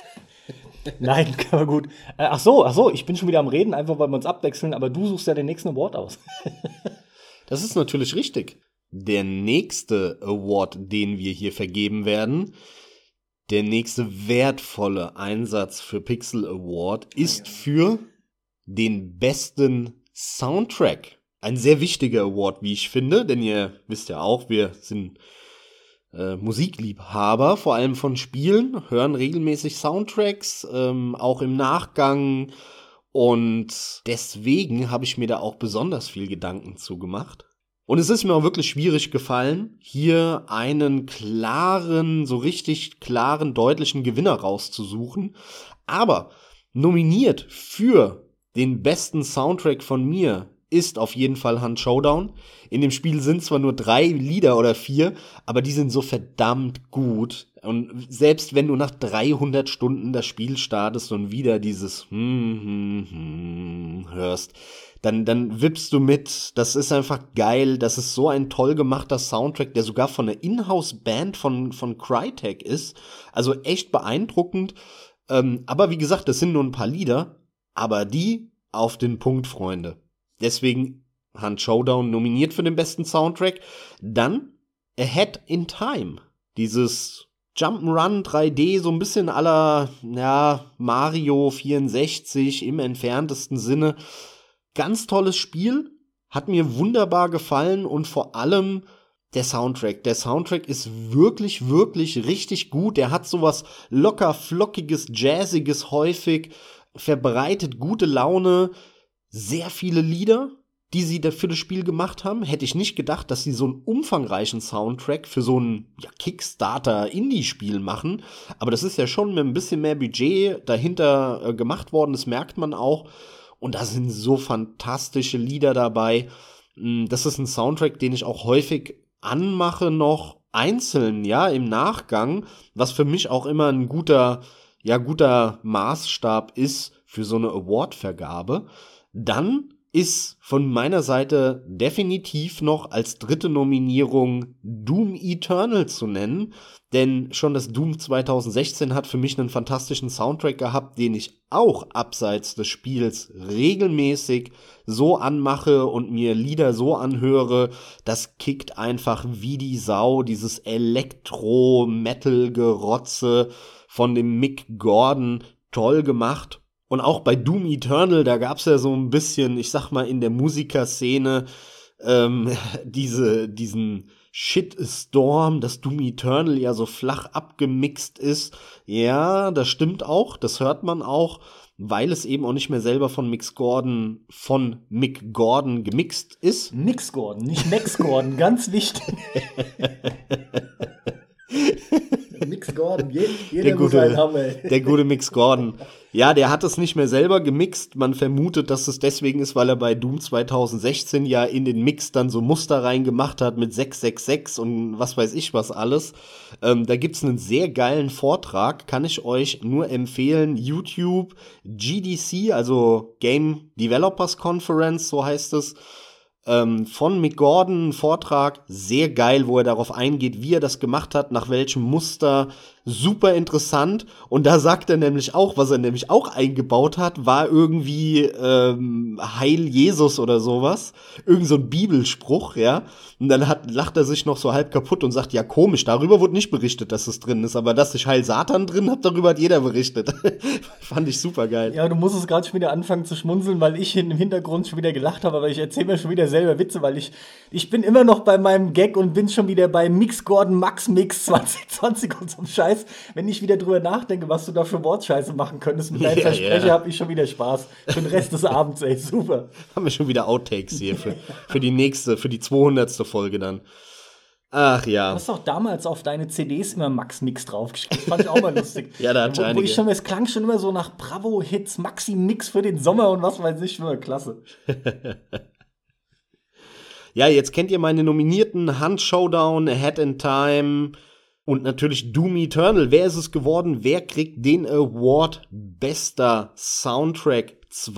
Nein, aber gut. Ach so, ich bin schon wieder am Reden, einfach weil wir uns abwechseln, aber du suchst ja den nächsten Award aus. Das ist natürlich richtig. Der nächste Award, den wir hier vergeben werden, der nächste wertvolle Einsatz für Pixel Award, ist für den besten Soundtrack. Ein sehr wichtiger Award, wie ich finde, denn ihr wisst ja auch, wir sind Musikliebhaber, vor allem von Spielen, hören regelmäßig Soundtracks, auch im Nachgang. Und deswegen habe ich mir da auch besonders viel Gedanken zu gemacht. Und es ist mir auch wirklich schwierig gefallen, hier einen klaren, so richtig klaren, deutlichen Gewinner rauszusuchen. Aber nominiert für den besten Soundtrack von mir ist auf jeden Fall Hunt Showdown. In dem Spiel sind zwar nur 3 Lieder oder 4, aber die sind so verdammt gut. Und selbst wenn du nach 300 Stunden das Spiel startest und wieder dieses hörst, dann wippst du mit. Das ist einfach geil. Das ist so ein toll gemachter Soundtrack, der sogar von der Inhouse-Band von Crytek ist. Also echt beeindruckend. Aber wie gesagt, das sind nur ein paar Lieder, aber die auf den Punkt, Freunde. Deswegen Hunt Showdown nominiert für den besten Soundtrack. Dann Ahead in Time. Dieses Jump'n'Run 3D, so ein bisschen à la Mario 64 im entferntesten Sinne. Ganz tolles Spiel. Hat mir wunderbar gefallen und vor allem der Soundtrack. Der Soundtrack ist wirklich, wirklich richtig gut. Der hat sowas locker, flockiges, jazziges häufig, verbreitet gute Laune. Sehr viele Lieder, die sie für das Spiel gemacht haben. Hätte ich nicht gedacht, dass sie so einen umfangreichen Soundtrack für so ein Kickstarter-Indie-Spiel machen. Aber das ist ja schon mit ein bisschen mehr Budget dahinter gemacht worden. Das merkt man auch. Und da sind so fantastische Lieder dabei. Das ist ein Soundtrack, den ich auch häufig anmache noch einzeln, ja, im Nachgang, was für mich auch immer ein guter Maßstab ist für so eine Award-Vergabe. Dann ist von meiner Seite definitiv noch als dritte Nominierung Doom Eternal zu nennen, denn schon das Doom 2016 hat für mich einen fantastischen Soundtrack gehabt, den ich auch abseits des Spiels regelmäßig so anmache und mir Lieder so anhöre, das kickt einfach wie die Sau, dieses Elektro-Metal-Gerotze von dem Mick Gordon, toll gemacht. Und auch bei Doom Eternal, da gab's ja so ein bisschen, ich sag mal, in der Musikerszene diesen Shitstorm, dass Doom Eternal ja so flach abgemixt ist. Ja, das stimmt auch, das hört man auch, weil es eben auch nicht mehr selber von Mick Gordon gemixt ist. Mix Gordon, nicht Max Gordon, ganz wichtig. Mix Gordon, jeder muss einen haben, ey. Der gute Mix Gordon. Ja, der hat es nicht mehr selber gemixt. Man vermutet, dass es deswegen ist, weil er bei Doom 2016 ja in den Mix dann so Muster reingemacht hat mit 666 und was weiß ich was alles. Da gibt's einen sehr geilen Vortrag, kann ich euch nur empfehlen. YouTube, GDC, also Game Developers Conference, so heißt es. Von Mick Gordon, ein Vortrag, sehr geil, wo er darauf eingeht, wie er das gemacht hat, nach welchem Muster, super interessant. Und da sagt er nämlich auch, was er nämlich auch eingebaut hat, war irgendwie Heil Jesus oder sowas, irgend so ein Bibelspruch, ja. Und dann lacht er sich noch so halb kaputt und sagt, ja komisch, darüber wurde nicht berichtet, dass es drin ist, aber dass ich Heil Satan drin hab, darüber hat jeder berichtet. Fand ich super geil. Ja, du musst es gerade schon wieder anfangen zu schmunzeln, weil ich im Hintergrund schon wieder gelacht habe, aber ich erzähle mir schon wieder selber Witze, weil ich bin immer noch bei meinem Gag und bin schon wieder bei Mix Gordon Max Mix 2020 und so einem Scheiß. Wenn ich wieder drüber nachdenke, was du da für Wortscheiße machen könntest mit deinem Versprecher, hab ich schon wieder Spaß. Für den Rest des Abends, ey, super. Haben wir schon wieder Outtakes hier für die 200. Folge dann. Ach ja. Du hast doch damals auf deine CDs immer Max Mix draufgeschrieben. Das fand ich auch mal lustig. Ja, da hatte einige. Es klang schon immer so nach Bravo-Hits, Maxi Mix für den Sommer und was weiß ich, klasse. Ja, jetzt kennt ihr meine Nominierten: Hunt Showdown, Ahead in Time und natürlich Doom Eternal. Wer ist es geworden? Wer kriegt den Award Bester Soundtrack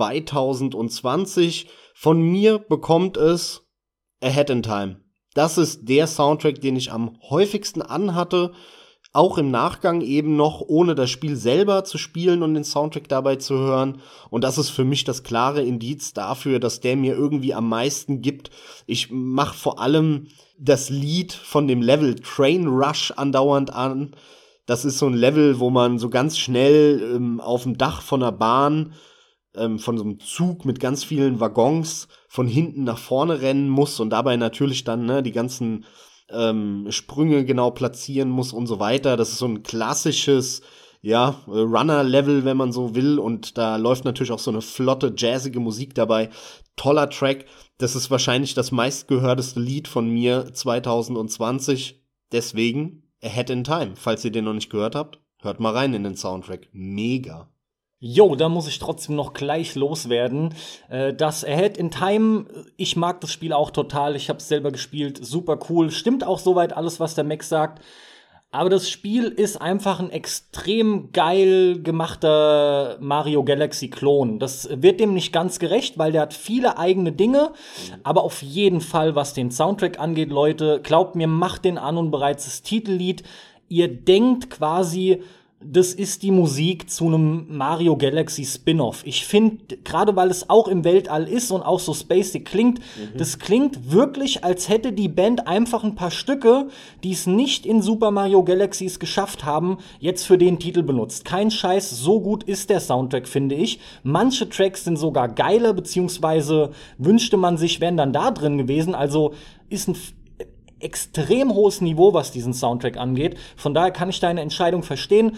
2020? Von mir bekommt es Ahead in Time. Das ist der Soundtrack, den ich am häufigsten anhatte, auch im Nachgang eben noch, ohne das Spiel selber zu spielen und den Soundtrack dabei zu hören. Und das ist für mich das klare Indiz dafür, dass der mir irgendwie am meisten gibt. Ich mache vor allem das Lied von dem Level Train Rush andauernd an. Das ist so ein Level, wo man so ganz schnell auf dem Dach von einer Bahn, von so einem Zug mit ganz vielen Waggons von hinten nach vorne rennen muss und dabei natürlich dann die ganzen Sprünge genau platzieren muss und so weiter. Das ist so ein klassisches, Runner-Level, wenn man so will. Und da läuft natürlich auch so eine flotte, jazzige Musik dabei. Toller Track. Das ist wahrscheinlich das meistgehörteste Lied von mir 2020. Deswegen Ahead in Time. Falls ihr den noch nicht gehört habt, hört mal rein in den Soundtrack. Mega. Jo, da muss ich trotzdem noch gleich loswerden. Das Ahead in Time, ich mag das Spiel auch total. Ich habe es selber gespielt, super cool. Stimmt auch soweit alles, was der Max sagt. Aber das Spiel ist einfach ein extrem geil gemachter Mario Galaxy-Klon. Das wird dem nicht ganz gerecht, weil der hat viele eigene Dinge. Aber auf jeden Fall, was den Soundtrack angeht, Leute, glaubt mir, macht den an und bereits das Titellied. Ihr denkt quasi, das ist die Musik zu einem Mario Galaxy Spin-off. Ich finde, gerade weil es auch im Weltall ist und auch so spacig klingt, das klingt wirklich, als hätte die Band einfach ein paar Stücke, die es nicht in Super Mario Galaxies geschafft haben, jetzt für den Titel benutzt. Kein Scheiß, so gut ist der Soundtrack, finde ich. Manche Tracks sind sogar geiler, beziehungsweise wünschte man sich, wären dann da drin gewesen. Also ist ein extrem hohes Niveau, was diesen Soundtrack angeht. Von daher kann ich deine Entscheidung verstehen.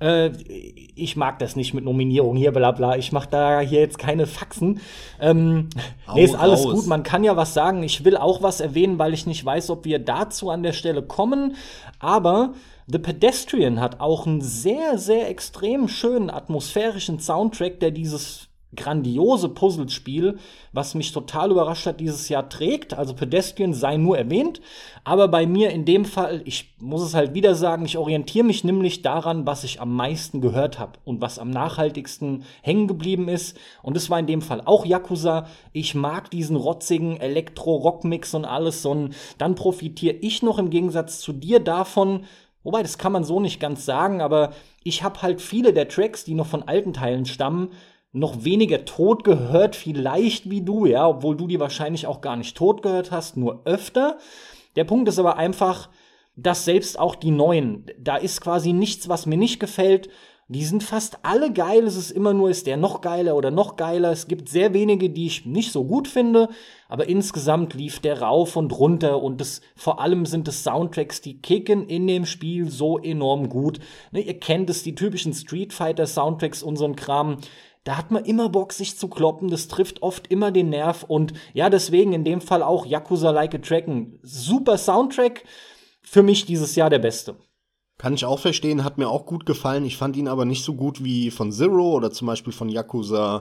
Ich mag das nicht mit Nominierung hier, bla bla. Ich mach da hier jetzt keine Faxen. Ist alles gut. Man kann ja was sagen. Ich will auch was erwähnen, weil ich nicht weiß, ob wir dazu an der Stelle kommen. Aber The Pedestrian hat auch einen sehr, sehr extrem schönen atmosphärischen Soundtrack, der dieses grandiose Puzzlespiel, was mich total überrascht hat, dieses Jahr trägt. Also Pedestrian sei nur erwähnt, aber bei mir in dem Fall, ich muss es halt wieder sagen, ich orientiere mich nämlich daran, was ich am meisten gehört habe und was am nachhaltigsten hängen geblieben ist. Und das war in dem Fall auch Yakuza. Ich mag diesen rotzigen Elektro-Rock-Mix und alles. Und dann profitiere ich noch im Gegensatz zu dir davon, wobei das kann man so nicht ganz sagen, aber ich habe halt viele der Tracks, die noch von alten Teilen stammen, noch weniger tot gehört, vielleicht wie du, ja, obwohl du die wahrscheinlich auch gar nicht tot gehört hast, nur öfter. Der Punkt ist aber einfach, dass selbst auch die neuen, da ist quasi nichts, was mir nicht gefällt. Die sind fast alle geil, es ist immer nur, ist der noch geiler oder noch geiler. Es gibt sehr wenige, die ich nicht so gut finde, aber insgesamt lief der rauf und runter und vor allem sind es Soundtracks, die kicken in dem Spiel so enorm gut. Ne, ihr kennt es, die typischen Street Fighter Soundtracks und so ein Kram. Da hat man immer Bock, sich zu kloppen. Das trifft oft immer den Nerv. Und ja, deswegen in dem Fall auch Yakuza Like a Dragon. Super Soundtrack. Für mich dieses Jahr der beste. Kann ich auch verstehen, hat mir auch gut gefallen. Ich fand ihn aber nicht so gut wie von Zero oder zum Beispiel von Yakuza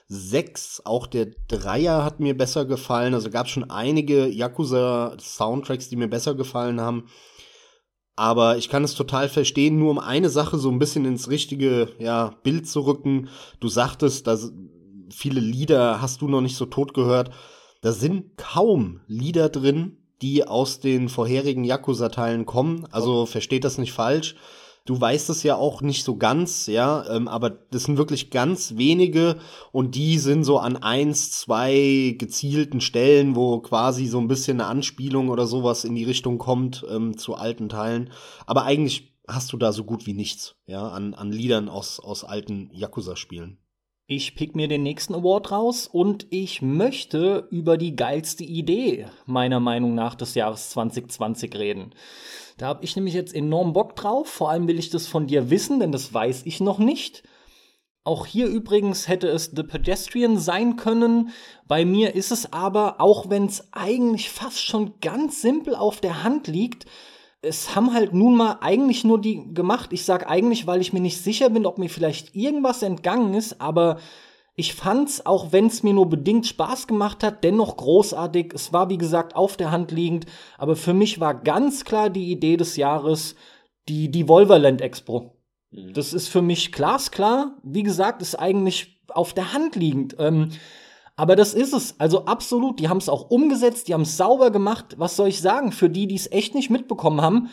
6. Auch der Dreier hat mir besser gefallen. Also gab es schon einige Yakuza-Soundtracks, die mir besser gefallen haben. Aber ich kann es total verstehen, nur um eine Sache so ein bisschen ins richtige Bild zu rücken. Du sagtest, dass viele Lieder hast du noch nicht so tot gehört. Da sind kaum Lieder drin, die aus den vorherigen Yakuza-Teilen kommen. Also versteht das nicht falsch. Du weißt es ja auch nicht so ganz, aber das sind wirklich ganz wenige und die sind so an 1, 2 gezielten Stellen, wo quasi so ein bisschen eine Anspielung oder sowas in die Richtung kommt zu alten Teilen. Aber eigentlich hast du da so gut wie nichts, an Liedern aus alten Yakuza-Spielen. Ich pick mir den nächsten Award raus und ich möchte über die geilste Idee meiner Meinung nach des Jahres 2020 reden. Da habe ich nämlich jetzt enorm Bock drauf. Vor allem will ich das von dir wissen, denn das weiß ich noch nicht. Auch hier übrigens hätte es The Pedestrian sein können. Bei mir ist es aber, auch wenn es eigentlich fast schon ganz simpel auf der Hand liegt, es haben halt nun mal eigentlich nur die gemacht. Ich sag eigentlich, weil ich mir nicht sicher bin, ob mir vielleicht irgendwas entgangen ist, aber ich fand's, auch wenn es mir nur bedingt Spaß gemacht hat, dennoch großartig. Es war, wie gesagt, auf der Hand liegend, aber für mich war ganz klar die Idee des Jahres die Volverland Expo. Das ist für mich glasklar. Wie gesagt, ist eigentlich auf der Hand liegend. Aber das ist es. Also absolut. Die haben es auch umgesetzt, die haben es sauber gemacht. Was soll ich sagen? Für die es echt nicht mitbekommen haben,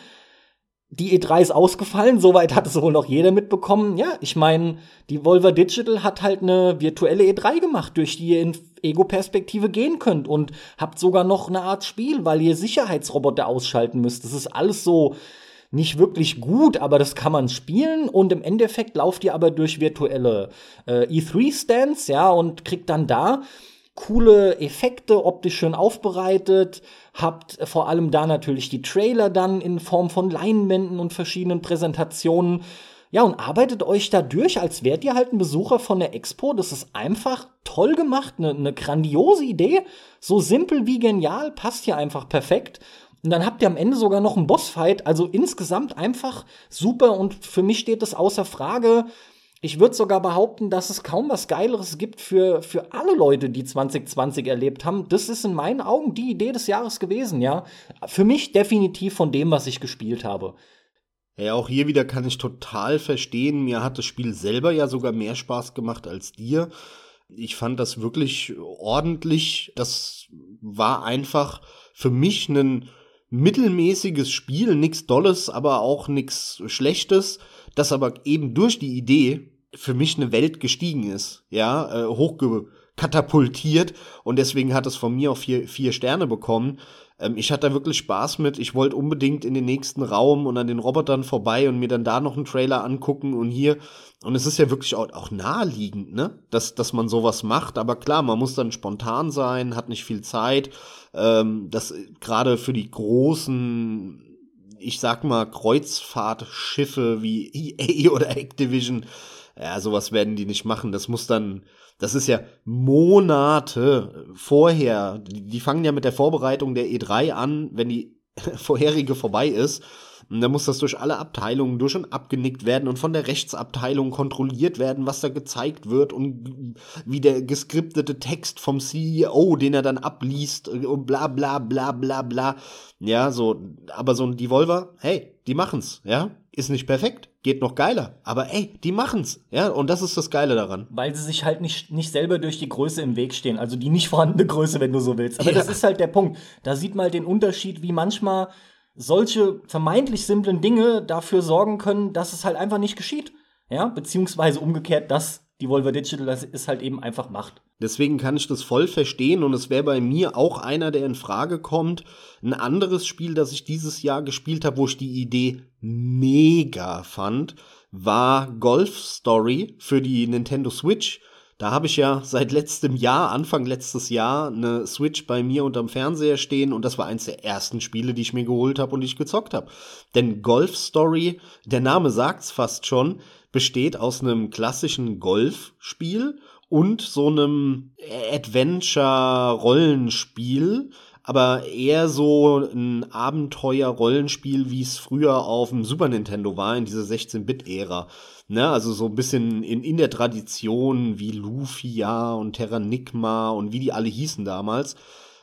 die E3 ist ausgefallen, soweit hat es wohl noch jeder mitbekommen. Ja, ich meine, die Volver Digital hat halt eine virtuelle E3 gemacht, durch die ihr in Ego-Perspektive gehen könnt und habt sogar noch eine Art Spiel, weil ihr Sicherheitsroboter ausschalten müsst. Das ist alles so nicht wirklich gut, aber das kann man spielen und im Endeffekt lauft ihr aber durch virtuelle E3-Stands, und kriegt dann da coole Effekte, optisch schön aufbereitet, habt vor allem da natürlich die Trailer dann in Form von Leinwänden und verschiedenen Präsentationen. Ja, und arbeitet euch da durch, als wärt ihr halt ein Besucher von der Expo. Das ist einfach toll gemacht, eine grandiose Idee. So simpel wie genial, passt hier einfach perfekt. Und dann habt ihr am Ende sogar noch einen Bossfight. Also insgesamt einfach super und für mich steht das außer Frage. Ich würde sogar behaupten, dass es kaum was Geileres gibt für alle Leute, die 2020 erlebt haben. Das ist in meinen Augen die Idee des Jahres gewesen, ja. Für mich definitiv von dem, was ich gespielt habe. Ja, auch hier wieder kann ich total verstehen. Mir hat das Spiel selber ja sogar mehr Spaß gemacht als dir. Ich fand das wirklich ordentlich. Das war einfach für mich ein mittelmäßiges Spiel, nichts Dolles, aber auch nichts Schlechtes, das aber eben durch die Idee für mich eine Welt gestiegen ist, hochkatapultiert und deswegen hat es von mir auch 4 Sterne bekommen. Ich hatte da wirklich Spaß mit, ich wollte unbedingt in den nächsten Raum und an den Robotern vorbei und mir dann da noch einen Trailer angucken und hier, und es ist ja wirklich auch naheliegend, ne, dass man sowas macht, aber klar, man muss dann spontan sein, hat nicht viel Zeit, das gerade für die großen, ich sag mal, Kreuzfahrtschiffe wie EA oder Activision, ja, sowas werden die nicht machen. Das ist ja Monate vorher. Die fangen ja mit der Vorbereitung der E3 an, wenn die vorherige vorbei ist. Und dann muss das durch alle Abteilungen durch und abgenickt werden und von der Rechtsabteilung kontrolliert werden, was da gezeigt wird und wie der geskriptete Text vom CEO, den er dann abliest und bla bla bla bla bla. Ja, so, aber so ein Devolver, hey, die machen's, ja, ist nicht perfekt, geht noch geiler, aber ey, die machen's, ja, und das ist das Geile daran. Weil sie sich halt nicht selber durch die Größe im Weg stehen, also die nicht vorhandene Größe, wenn du so willst. Aber das ist halt der Punkt. Da sieht man halt den Unterschied, wie manchmal solche vermeintlich simplen Dinge dafür sorgen können, dass es halt einfach nicht geschieht. Ja, beziehungsweise umgekehrt, dass Devolver Digital das halt eben einfach macht. Deswegen kann ich das voll verstehen und es wäre bei mir auch einer, der in Frage kommt. Ein anderes Spiel, das ich dieses Jahr gespielt habe, wo ich die Idee mega fand, war Golf Story für die Nintendo Switch. Da habe ich ja seit letztem Jahr, Anfang letztes Jahr, eine Switch bei mir unterm Fernseher stehen und das war eins der ersten Spiele, die ich mir geholt habe und die ich gezockt habe. Denn Golf Story, der Name sagt's fast schon, besteht aus einem klassischen Golfspiel und so einem Adventure-Rollenspiel, aber eher so ein Abenteuer-Rollenspiel, wie es früher auf dem Super Nintendo war, in dieser 16-Bit-Ära. Ne, also so ein bisschen in der Tradition wie Lufia und Terranigma und wie die alle hießen damals.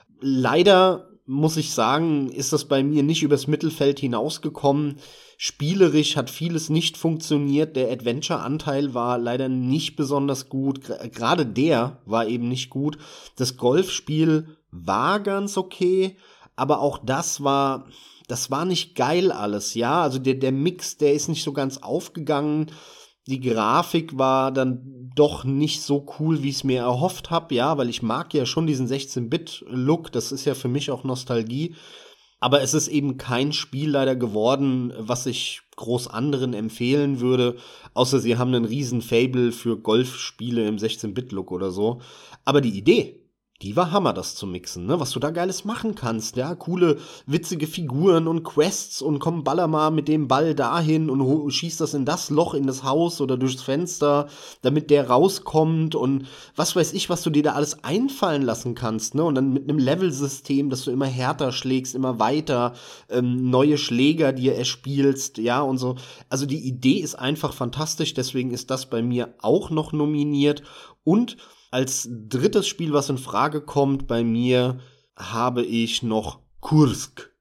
Leider muss ich sagen, ist das bei mir nicht übers Mittelfeld hinausgekommen. Spielerisch hat vieles nicht funktioniert. Der Adventure-Anteil war leider nicht besonders gut. Gerade der war eben nicht gut. Das Golfspiel war ganz okay, aber auch das war nicht geil alles, ja. Also der Mix, der ist nicht so ganz aufgegangen. Die Grafik war dann doch nicht so cool, wie ich es mir erhofft habe, ja, weil ich mag ja schon diesen 16-Bit-Look, das ist ja für mich auch Nostalgie. Aber es ist eben kein Spiel leider geworden, was ich groß anderen empfehlen würde, außer sie haben einen riesen Fable für Golfspiele im 16-Bit-Look oder so. Aber die Idee, die war Hammer, das zu mixen, ne? Was du da Geiles machen kannst, ja, coole, witzige Figuren und Quests und komm, baller mal mit dem Ball dahin und schieß das in das Loch in das Haus oder durchs Fenster, damit der rauskommt und was weiß ich, was du dir da alles einfallen lassen kannst, ne? Und dann mit einem Level-System, dass du immer härter schlägst, immer weiter, neue Schläger dir erspielst, ja, und so. Also die Idee ist einfach fantastisch, deswegen ist das bei mir auch noch nominiert und als drittes Spiel, was in Frage kommt bei mir, habe ich noch Kursk.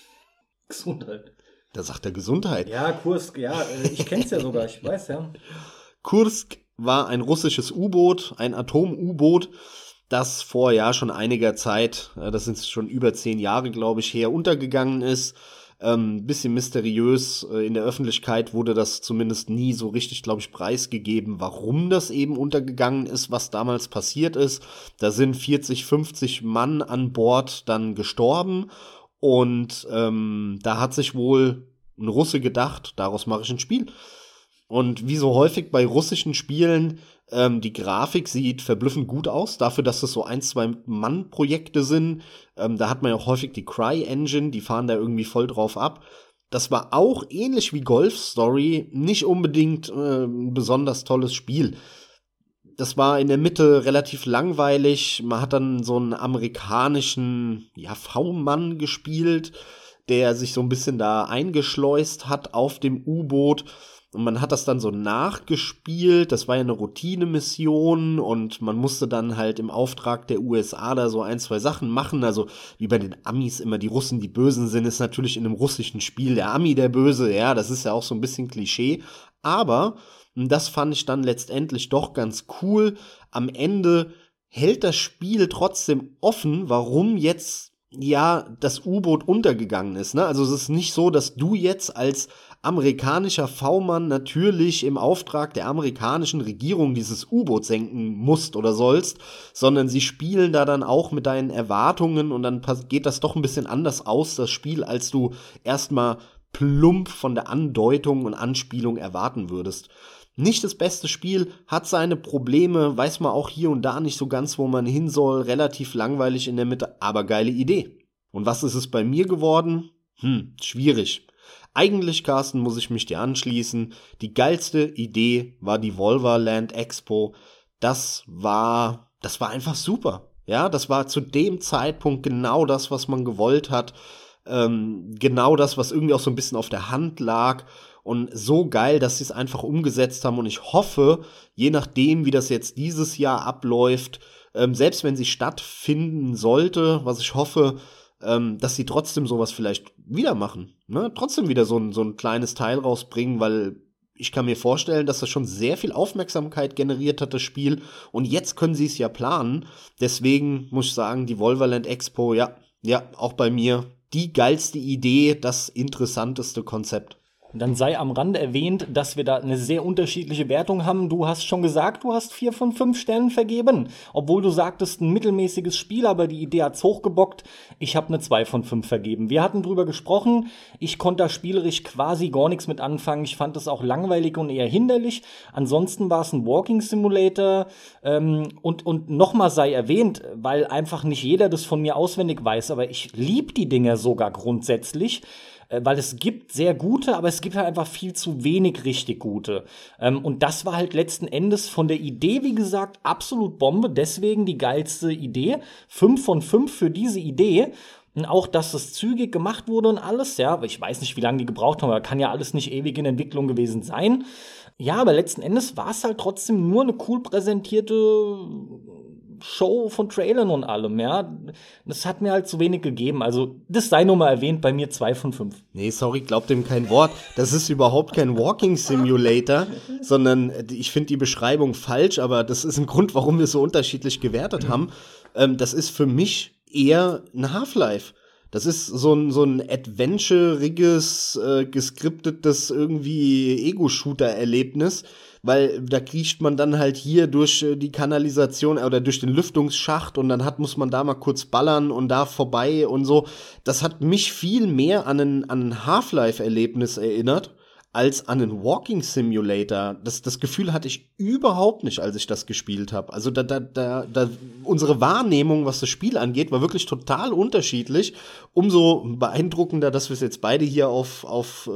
Gesundheit. Da sagt er Gesundheit. Ja, Kursk, ja, ich kenn's ja sogar, ich weiß ja. Kursk war ein russisches U-Boot, ein Atom-U-Boot, das vor ja schon einiger Zeit, das sind schon über 10 Jahre, glaube ich, her, untergegangen ist. Bisschen mysteriös, in der Öffentlichkeit wurde das zumindest nie so richtig, glaube ich, preisgegeben, warum das eben untergegangen ist, was damals passiert ist. Da sind 40, 50 Mann an Bord dann gestorben und da hat sich wohl ein Russe gedacht, daraus mache ich ein Spiel. Und wie so häufig bei russischen Spielen, die Grafik sieht verblüffend gut aus, dafür, dass das so 1-2-Mann-Projekte sind. Da hat man ja auch häufig die Cry-Engine, die fahren da irgendwie voll drauf ab. Das war auch ähnlich wie Golf Story, nicht unbedingt ein besonders tolles Spiel. Das war in der Mitte relativ langweilig. Man hat dann so einen amerikanischen, ja, V-Mann gespielt, der sich so ein bisschen da eingeschleust hat auf dem U-Boot. Und man hat das dann so nachgespielt, das war ja eine Routinemission und man musste dann halt im Auftrag der USA da so 1-2 Sachen machen, also wie bei den Amis immer die Russen die Bösen sind, ist natürlich in einem russischen Spiel der Ami der Böse, ja, das ist ja auch so ein bisschen Klischee, aber das fand ich dann letztendlich doch ganz cool. Am Ende hält das Spiel trotzdem offen, warum jetzt ja das U-Boot untergegangen ist, ne? Also es ist nicht so, dass du jetzt als amerikanischer V-Mann natürlich im Auftrag der amerikanischen Regierung dieses U-Boot senken musst oder sollst, sondern sie spielen da dann auch mit deinen Erwartungen und dann geht das doch ein bisschen anders aus, das Spiel, als du erstmal plump von der Andeutung und Anspielung erwarten würdest. Nicht das beste Spiel, hat seine Probleme, weiß man auch hier und da nicht so ganz, wo man hin soll, relativ langweilig in der Mitte, aber geile Idee. Und was ist es bei mir geworden? Schwierig. Eigentlich, Carsten, muss ich mich dir anschließen. Die geilste Idee war die Volverland Expo. Das war einfach super. Ja, das war zu dem Zeitpunkt genau das, was man gewollt hat. Genau das, was irgendwie auch so ein bisschen auf der Hand lag. Und so geil, dass sie es einfach umgesetzt haben. Und ich hoffe, je nachdem, wie das jetzt dieses Jahr abläuft, selbst wenn sie stattfinden sollte, was ich hoffe, dass sie trotzdem sowas vielleicht wieder machen. Ne? Trotzdem wieder so ein kleines Teil rausbringen, weil ich kann mir vorstellen, dass das schon sehr viel Aufmerksamkeit generiert hat, das Spiel. Und jetzt können sie es ja planen. Deswegen muss ich sagen, die Volverland Expo, ja, auch bei mir die geilste Idee, das interessanteste Konzept. Dann sei am Rande erwähnt, dass wir da eine sehr unterschiedliche Wertung haben. Du hast schon gesagt, du hast 4 von 5 Sternen vergeben. Obwohl du sagtest, ein mittelmäßiges Spiel, aber die Idee hat's hochgebockt. Ich habe eine 2 von 5 vergeben. Wir hatten drüber gesprochen. Ich konnte da spielerisch quasi gar nichts mit anfangen. Ich fand es auch langweilig und eher hinderlich. Ansonsten war es ein Walking Simulator. Und nochmal sei erwähnt, weil einfach nicht jeder das von mir auswendig weiß, aber ich lieb die Dinger sogar grundsätzlich. Weil es gibt sehr gute, aber es gibt halt einfach viel zu wenig richtig gute. Und das war halt letzten Endes von der Idee, wie gesagt, absolut Bombe. Deswegen die geilste Idee. 5 von 5 für diese Idee. Und auch, dass das zügig gemacht wurde und alles, ja. Aber ich weiß nicht, wie lange die gebraucht haben, aber kann ja alles nicht ewig in Entwicklung gewesen sein. Ja, aber letzten Endes war es halt trotzdem nur eine cool präsentierte Show von Trailern und allem, ja. Das hat mir halt zu wenig gegeben. Also, das sei nur mal erwähnt, bei mir 2 von 5. Nee, sorry, glaubt dem kein Wort. Das ist überhaupt kein Walking Simulator, sondern ich finde die Beschreibung falsch, aber das ist ein Grund, warum wir so unterschiedlich gewertet haben. Das ist für mich eher ein Half-Life. Das ist so ein adventuriges, geskriptetes irgendwie Ego-Shooter-Erlebnis, weil da kriecht man dann halt hier durch die Kanalisation oder durch den Lüftungsschacht und dann muss man da mal kurz ballern und da vorbei und so. Das hat mich viel mehr an ein Half-Life-Erlebnis erinnert, als an einen Walking Simulator. Das Gefühl hatte ich überhaupt nicht, als ich das gespielt habe. Also unsere Wahrnehmung, was das Spiel angeht, war wirklich total unterschiedlich. Umso beeindruckender, dass wir es jetzt beide hier auf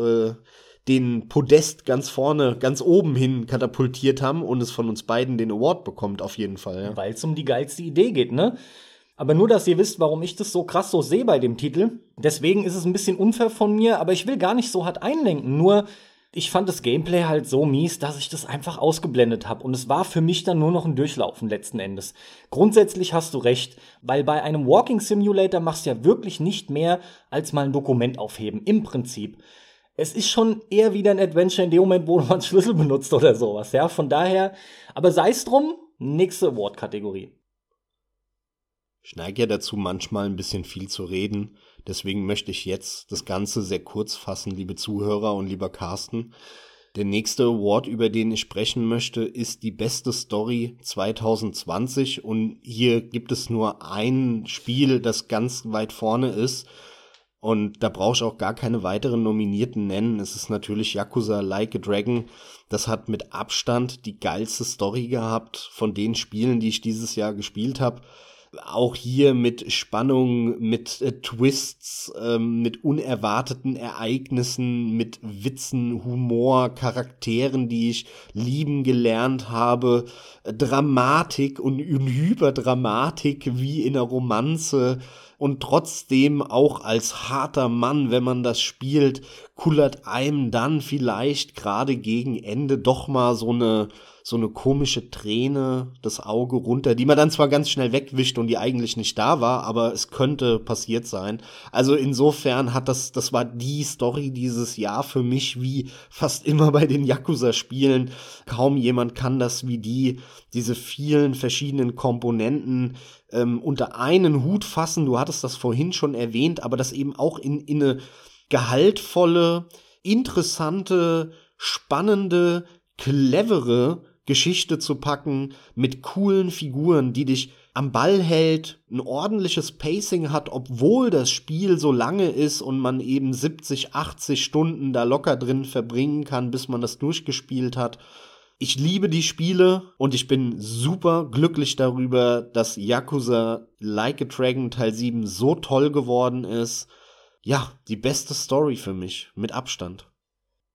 den Podest ganz vorne, ganz oben hin katapultiert haben und es von uns beiden den Award bekommt, auf jeden Fall. Ja. Weil es um die geilste Idee geht, ne? Aber nur, dass ihr wisst, warum ich das so krass so sehe bei dem Titel. Deswegen ist es ein bisschen unfair von mir, aber ich will gar nicht so hart einlenken. Nur, ich fand das Gameplay halt so mies, dass ich das einfach ausgeblendet habe. Und es war für mich dann nur noch ein Durchlaufen letzten Endes. Grundsätzlich hast du recht, weil bei einem Walking Simulator machst du ja wirklich nicht mehr, als mal ein Dokument aufheben, im Prinzip. Es ist schon eher wieder ein Adventure in dem Moment, wo man einen Schlüssel benutzt oder sowas, ja. Von daher, aber sei es drum, nächste Award-Kategorie. Ich neige ja dazu, manchmal ein bisschen viel zu reden. Deswegen möchte ich jetzt das Ganze sehr kurz fassen, liebe Zuhörer und lieber Carsten. Der nächste Award, über den ich sprechen möchte, ist die beste Story 2020. Und hier gibt es nur ein Spiel, das ganz weit vorne ist. Und da brauche ich auch gar keine weiteren Nominierten nennen. Es ist natürlich Yakuza Like a Dragon. Das hat mit Abstand die geilste Story gehabt von den Spielen, die ich dieses Jahr gespielt habe. Auch hier mit Spannung, mit Twists, mit unerwarteten Ereignissen, mit Witzen, Humor, Charakteren, die ich lieben gelernt habe, Dramatik und Hyperdramatik wie in einer Romanze. Und trotzdem auch als harter Mann, wenn man das spielt, kullert einem dann vielleicht gerade gegen Ende doch mal so eine komische Träne das Auge runter, die man dann zwar ganz schnell wegwischt und die eigentlich nicht da war, aber es könnte passiert sein. Also insofern das war die Story dieses Jahr für mich, wie fast immer bei den Yakuza-Spielen. Kaum jemand kann das wie diese vielen verschiedenen Komponenten unter einen Hut fassen. Du hattest das vorhin schon erwähnt, aber das eben auch in eine gehaltvolle, interessante, spannende, clevere Geschichte zu packen mit coolen Figuren, die dich am Ball hält, ein ordentliches Pacing hat, obwohl das Spiel so lange ist und man eben 70, 80 Stunden da locker drin verbringen kann, bis man das durchgespielt hat. Ich liebe die Spiele und ich bin super glücklich darüber, dass Yakuza Like a Dragon Teil 7 so toll geworden ist. Ja, die beste Story für mich, mit Abstand.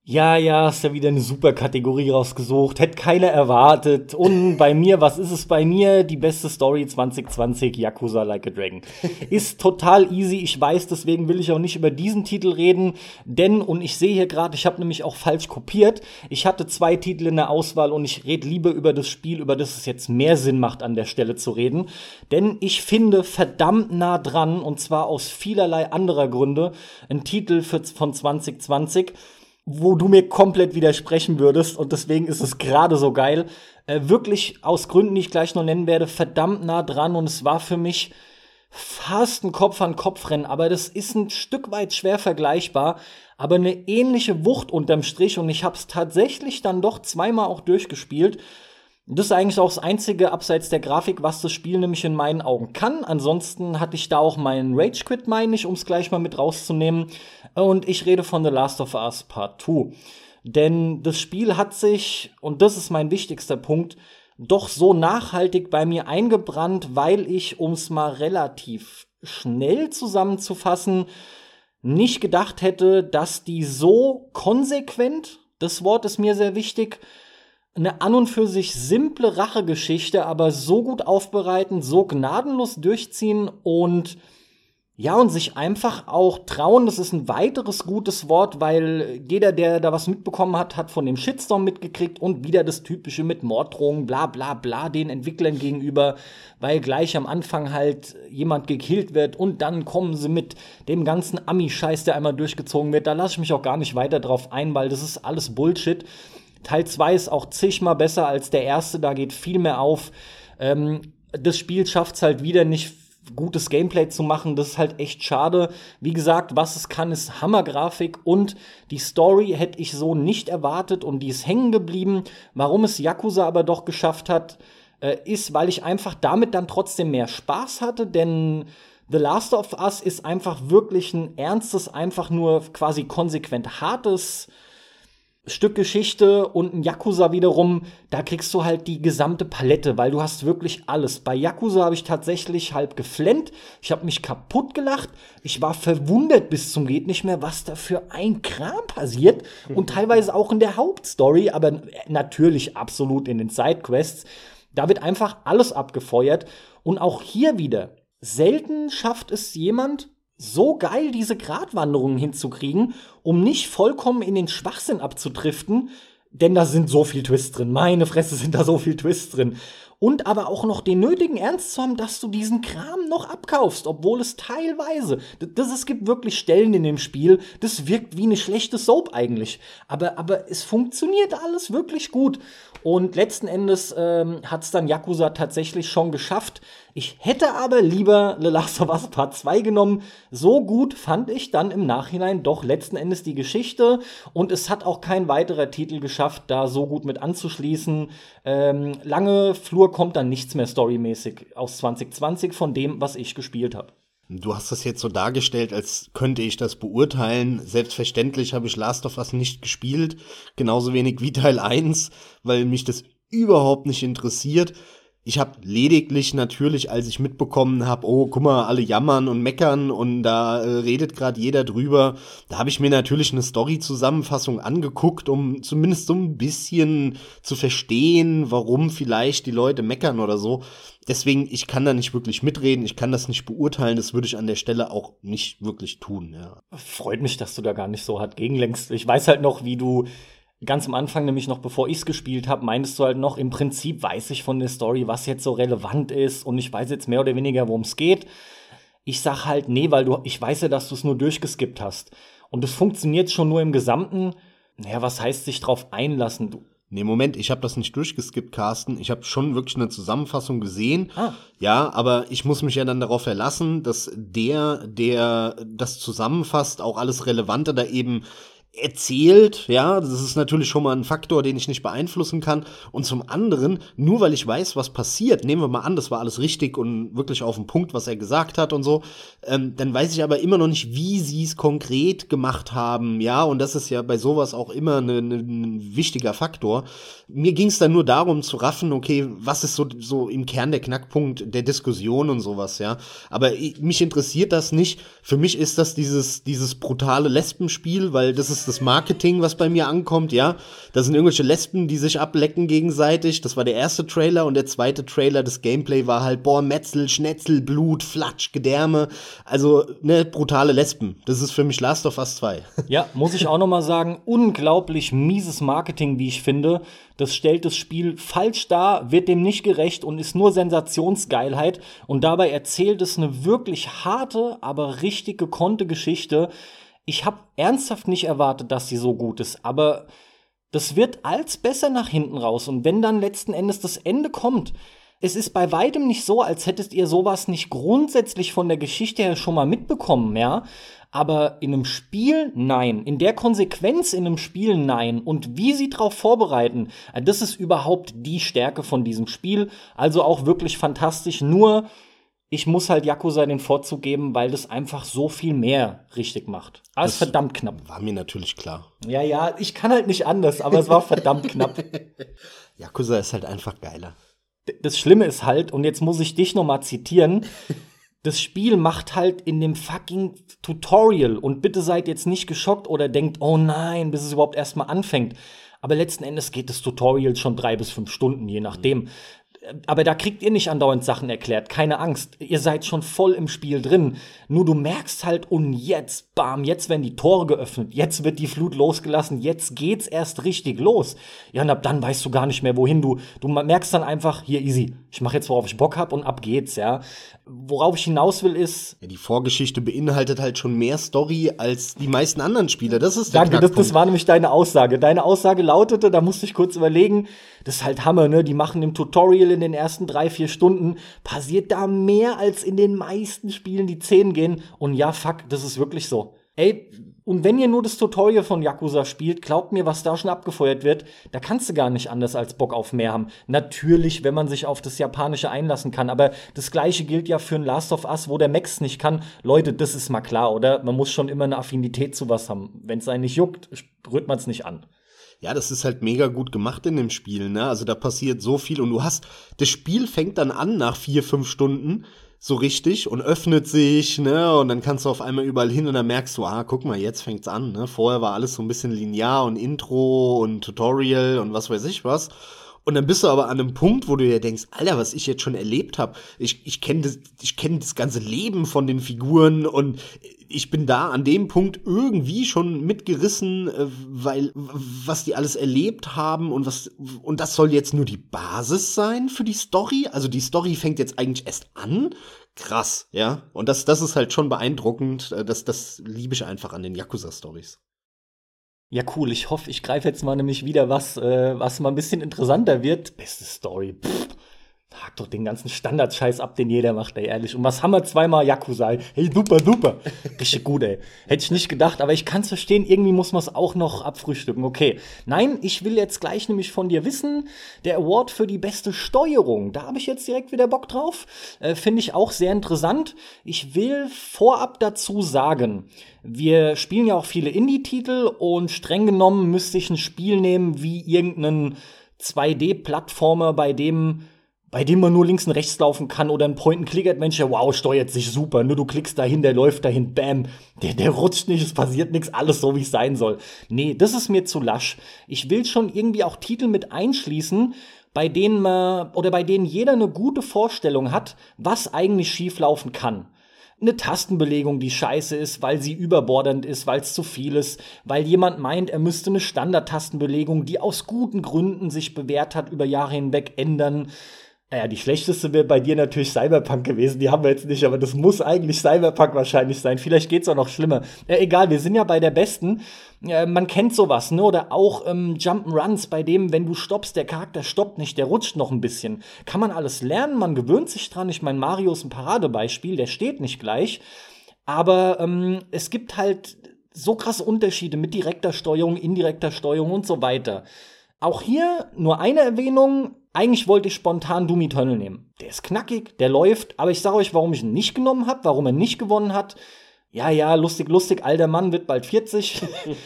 Ja, hast ja wieder eine super Kategorie rausgesucht. Hätte keiner erwartet. Und bei mir, was ist es bei mir? Die beste Story 2020, Yakuza Like a Dragon. Ist total easy. Ich weiß, deswegen will ich auch nicht über diesen Titel reden. Denn, und ich sehe hier gerade, ich habe nämlich auch falsch kopiert. Ich hatte 2 Titel in der Auswahl und ich rede lieber über das Spiel, über das es jetzt mehr Sinn macht, an der Stelle zu reden. Denn ich finde verdammt nah dran, und zwar aus vielerlei anderer Gründe, ein Titel von 2020, wo du mir komplett widersprechen würdest, und deswegen ist es gerade so geil. Wirklich aus Gründen, die ich gleich noch nennen werde, verdammt nah dran, und es war für mich fast ein Kopf-an-Kopf-Rennen, aber das ist ein Stück weit schwer vergleichbar, aber eine ähnliche Wucht unterm Strich, und ich habe es tatsächlich dann doch zweimal auch durchgespielt. Das ist eigentlich auch das Einzige, abseits der Grafik, was das Spiel nämlich in meinen Augen kann. Ansonsten hatte ich da auch meinen Rage-Quit, meine ich, um es gleich mal mit rauszunehmen. Und ich rede von The Last of Us Part 2. Denn das Spiel hat sich, und das ist mein wichtigster Punkt, doch so nachhaltig bei mir eingebrannt, weil ich, um es mal relativ schnell zusammenzufassen, nicht gedacht hätte, dass die so konsequent, das Wort ist mir sehr wichtig, eine an und für sich simple Rachegeschichte, aber so gut aufbereiten, so gnadenlos durchziehen und ja, und sich einfach auch trauen. Das ist ein weiteres gutes Wort, weil jeder, der da was mitbekommen hat, hat von dem Shitstorm mitgekriegt und wieder das Typische mit Morddrohungen, bla bla bla, den Entwicklern gegenüber, weil gleich am Anfang halt jemand gekillt wird und dann kommen sie mit dem ganzen Ami-Scheiß, der einmal durchgezogen wird. Da lasse ich mich auch gar nicht weiter drauf ein, weil das ist alles Bullshit. Teil 2 ist auch zigmal besser als der erste, da geht viel mehr auf. Das Spiel schafft es halt wieder nicht, gutes Gameplay zu machen, das ist halt echt schade. Wie gesagt, was es kann, ist Hammergrafik, und die Story hätte ich so nicht erwartet und die ist hängen geblieben. Warum es Yakuza aber doch geschafft hat, ist, weil ich einfach damit dann trotzdem mehr Spaß hatte, denn The Last of Us ist einfach wirklich ein ernstes, einfach nur quasi konsequent hartes Stück Geschichte, und ein Yakuza wiederum, da kriegst du halt die gesamte Palette, weil du hast wirklich alles. Bei Yakuza habe ich tatsächlich halb geflennt, ich habe mich kaputt gelacht, ich war verwundert bis zum geht nicht mehr, was da für ein Kram passiert, und teilweise auch in der Hauptstory, aber natürlich absolut in den Sidequests. Da wird einfach alles abgefeuert, und auch hier wieder, selten schafft es jemand, so geil diese Gratwanderungen hinzukriegen, um nicht vollkommen in den Schwachsinn abzudriften, denn da sind so viel Twists drin. Meine Fresse, sind da so viel Twists drin. Und aber auch noch den nötigen Ernst zu haben, dass du diesen Kram noch abkaufst, obwohl es teilweise, es gibt wirklich Stellen in dem Spiel, das wirkt wie eine schlechte Soap eigentlich. Aber es funktioniert alles wirklich gut. Und letzten Endes hat es dann Yakuza tatsächlich schon geschafft. Ich hätte aber lieber The Last of Us Part 2 genommen. So gut fand ich dann im Nachhinein doch letzten Endes die Geschichte. Und es hat auch kein weiterer Titel geschafft, da so gut mit anzuschließen. Lange Flur kommt dann nichts mehr storymäßig aus 2020 von dem, was ich gespielt habe. Du hast das jetzt so dargestellt, als könnte ich das beurteilen. Selbstverständlich habe ich Last of Us nicht gespielt, genauso wenig wie Teil 1, weil mich das überhaupt nicht interessiert. Ich habe lediglich natürlich, als ich mitbekommen habe, oh, guck mal, alle jammern und meckern und da redet gerade jeder drüber, da habe ich mir natürlich eine Story-Zusammenfassung angeguckt, um zumindest so ein bisschen zu verstehen, warum vielleicht die Leute meckern oder so. Deswegen, ich kann da nicht wirklich mitreden, ich kann das nicht beurteilen, das würde ich an der Stelle auch nicht wirklich tun, ja. Freut mich, dass du da gar nicht so hart gegenlenkst. Ich weiß halt noch, wie du ganz am Anfang, nämlich noch bevor ich es gespielt habe, meintest du halt noch, im Prinzip weiß ich von der Story, was jetzt so relevant ist, und ich weiß jetzt mehr oder weniger, worum es geht. Ich sag halt, nee, weil ich weiß ja, dass du es nur durchgeskippt hast. Und es funktioniert schon nur im Gesamten. Naja, was heißt sich drauf einlassen? Nee, Moment, ich habe das nicht durchgeskippt, Carsten. Ich habe schon wirklich eine Zusammenfassung gesehen. Ja, aber ich muss mich ja dann darauf verlassen, dass der das zusammenfasst, auch alles Relevante da eben erzählt, ja, das ist natürlich schon mal ein Faktor, den ich nicht beeinflussen kann. Und zum anderen, nur weil ich weiß, was passiert, nehmen wir mal an, das war alles richtig und wirklich auf den Punkt, was er gesagt hat und so, dann weiß ich aber immer noch nicht, wie sie es konkret gemacht haben, ja, und das ist ja bei sowas auch immer ein wichtiger Faktor. Mir ging es dann nur darum zu raffen, okay, was ist so im Kern der Knackpunkt der Diskussion und sowas, ja, aber mich interessiert das nicht. Für mich ist das dieses brutale Lesbenspiel, weil das ist das Marketing, was bei mir ankommt, ja. Da sind irgendwelche Lesben, die sich ablecken gegenseitig. Das war der erste Trailer und der zweite Trailer, das Gameplay war halt, boah, Metzel, Schnetzel, Blut, Flatsch, Gedärme. Also, ne, brutale Lesben. Das ist für mich Last of Us 2. Ja, muss ich auch noch mal sagen, unglaublich mieses Marketing, wie ich finde. Das stellt das Spiel falsch dar, wird dem nicht gerecht und ist nur Sensationsgeilheit. Und dabei erzählt es eine wirklich harte, aber richtig gekonnte Geschichte. Ich habe ernsthaft nicht erwartet, dass sie so gut ist, aber das wird als besser nach hinten raus. Und wenn dann letzten Endes das Ende kommt, es ist bei weitem nicht so, als hättet ihr sowas nicht grundsätzlich von der Geschichte her schon mal mitbekommen, ja. Aber in einem Spiel, nein. In der Konsequenz in einem Spiel, nein. Und wie sie drauf vorbereiten, das ist überhaupt die Stärke von diesem Spiel. Also auch wirklich fantastisch. Nur, ich muss halt Yakuza den Vorzug geben, weil das einfach so viel mehr richtig macht. Aber es ist verdammt knapp. War mir natürlich klar. Ja, ich kann halt nicht anders, aber es war verdammt knapp. Yakuza ist halt einfach geiler. Das Schlimme ist halt, und jetzt muss ich dich noch mal zitieren, das Spiel macht halt in dem fucking Tutorial, und bitte seid jetzt nicht geschockt oder denkt, oh nein, bis es überhaupt erstmal anfängt. Aber letzten Endes geht das Tutorial schon 3 bis 5 Stunden, je nachdem. Aber da kriegt ihr nicht andauernd Sachen erklärt, keine Angst. Ihr seid schon voll im Spiel drin. Nur du merkst halt, und jetzt, bam, jetzt werden die Tore geöffnet, jetzt wird die Flut losgelassen, jetzt geht's erst richtig los. Ja, und ab dann weißt du gar nicht mehr, wohin du merkst dann einfach, hier, easy, ich mache jetzt, worauf ich Bock hab und ab geht's, ja. Worauf ich hinaus will, ist. Ja, die Vorgeschichte beinhaltet halt schon mehr Story als die meisten anderen Spiele. Das ist der Danke, das war nämlich deine Aussage. Deine Aussage lautete, da musste ich kurz überlegen, das ist halt Hammer, ne? Die machen im Tutorial in den ersten 3-4 Stunden, passiert da mehr als in den meisten Spielen, die 10 gehen. Und ja, fuck, das ist wirklich so. Ey, und wenn ihr nur das Tutorial von Yakuza spielt, glaubt mir, was da schon abgefeuert wird, da kannst du gar nicht anders als Bock auf mehr haben. Natürlich, wenn man sich auf das Japanische einlassen kann, aber das Gleiche gilt ja für ein Last of Us, wo der Max nicht kann. Leute, das ist mal klar, oder? Man muss schon immer eine Affinität zu was haben. Wenn es einen nicht juckt, rührt man es nicht an. Ja, das ist halt mega gut gemacht in dem Spiel, ne? Also da passiert so viel und das Spiel fängt dann an nach 4-5 Stunden so richtig und öffnet sich, ne? Und dann kannst du auf einmal überall hin und dann merkst du, guck mal, jetzt fängt's an, ne? Vorher war alles so ein bisschen linear und Intro und Tutorial und was weiß ich was. Und dann bist du aber an einem Punkt, wo du dir denkst, Alter, was ich jetzt schon erlebt habe. Ich kenn das ganze Leben von den Figuren und ich bin da an dem Punkt irgendwie schon mitgerissen, weil was die alles erlebt haben und das soll jetzt nur die Basis sein für die Story. Also die Story fängt jetzt eigentlich erst an. Krass, ja. Und das ist halt schon beeindruckend. Das liebe ich einfach an den Yakuza-Stories. Ja, cool. Ich hoffe, ich greife jetzt mal nämlich wieder was mal ein bisschen interessanter wird. Beste Story. Hakt doch den ganzen Standardscheiß ab, den jeder macht, ey, ehrlich. Und was haben wir zweimal Yakuza? Hey, super. Richtig gut, ey. Hätte ich nicht gedacht, aber ich kann's verstehen, irgendwie muss man es auch noch abfrühstücken. Okay. Nein, ich will jetzt gleich nämlich von dir wissen, der Award für die beste Steuerung, da habe ich jetzt direkt wieder Bock drauf. Finde ich auch sehr interessant. Ich will vorab dazu sagen, wir spielen ja auch viele Indie-Titel und streng genommen müsste ich ein Spiel nehmen wie irgendeinen 2D-Plattformer, bei dem man nur links und rechts laufen kann oder ein Point-and-Click-Adventure, wow, steuert sich super, nur du klickst dahin, der läuft dahin, bam, der rutscht nicht, es passiert nichts, alles so, wie es sein soll. Nee, das ist mir zu lasch. Ich will schon irgendwie auch Titel mit einschließen, bei denen jeder eine gute Vorstellung hat, was eigentlich schieflaufen kann. Eine Tastenbelegung, die scheiße ist, weil sie überbordernd ist, weil es zu viel ist, weil jemand meint, er müsste eine Standard-Tastenbelegung, die aus guten Gründen sich bewährt hat, über Jahre hinweg ändern. Naja, die schlechteste wäre bei dir natürlich Cyberpunk gewesen, die haben wir jetzt nicht, aber das muss eigentlich Cyberpunk wahrscheinlich sein. Vielleicht geht's auch noch schlimmer. Egal, wir sind ja bei der besten. Man kennt sowas, ne? Oder auch Jump'n'Runs, bei dem, wenn du stoppst, der Charakter stoppt nicht, der rutscht noch ein bisschen. Kann man alles lernen, man gewöhnt sich dran. Ich meine, Mario ist ein Paradebeispiel, der steht nicht gleich. Aber es gibt halt so krasse Unterschiede mit direkter Steuerung, indirekter Steuerung und so weiter. Auch hier nur eine Erwähnung. Eigentlich wollte ich spontan Doom Eternal nehmen. Der ist knackig, der läuft, aber ich sage euch, warum ich ihn nicht genommen habe, warum er nicht gewonnen hat. Ja, lustig, alter Mann, wird bald 40.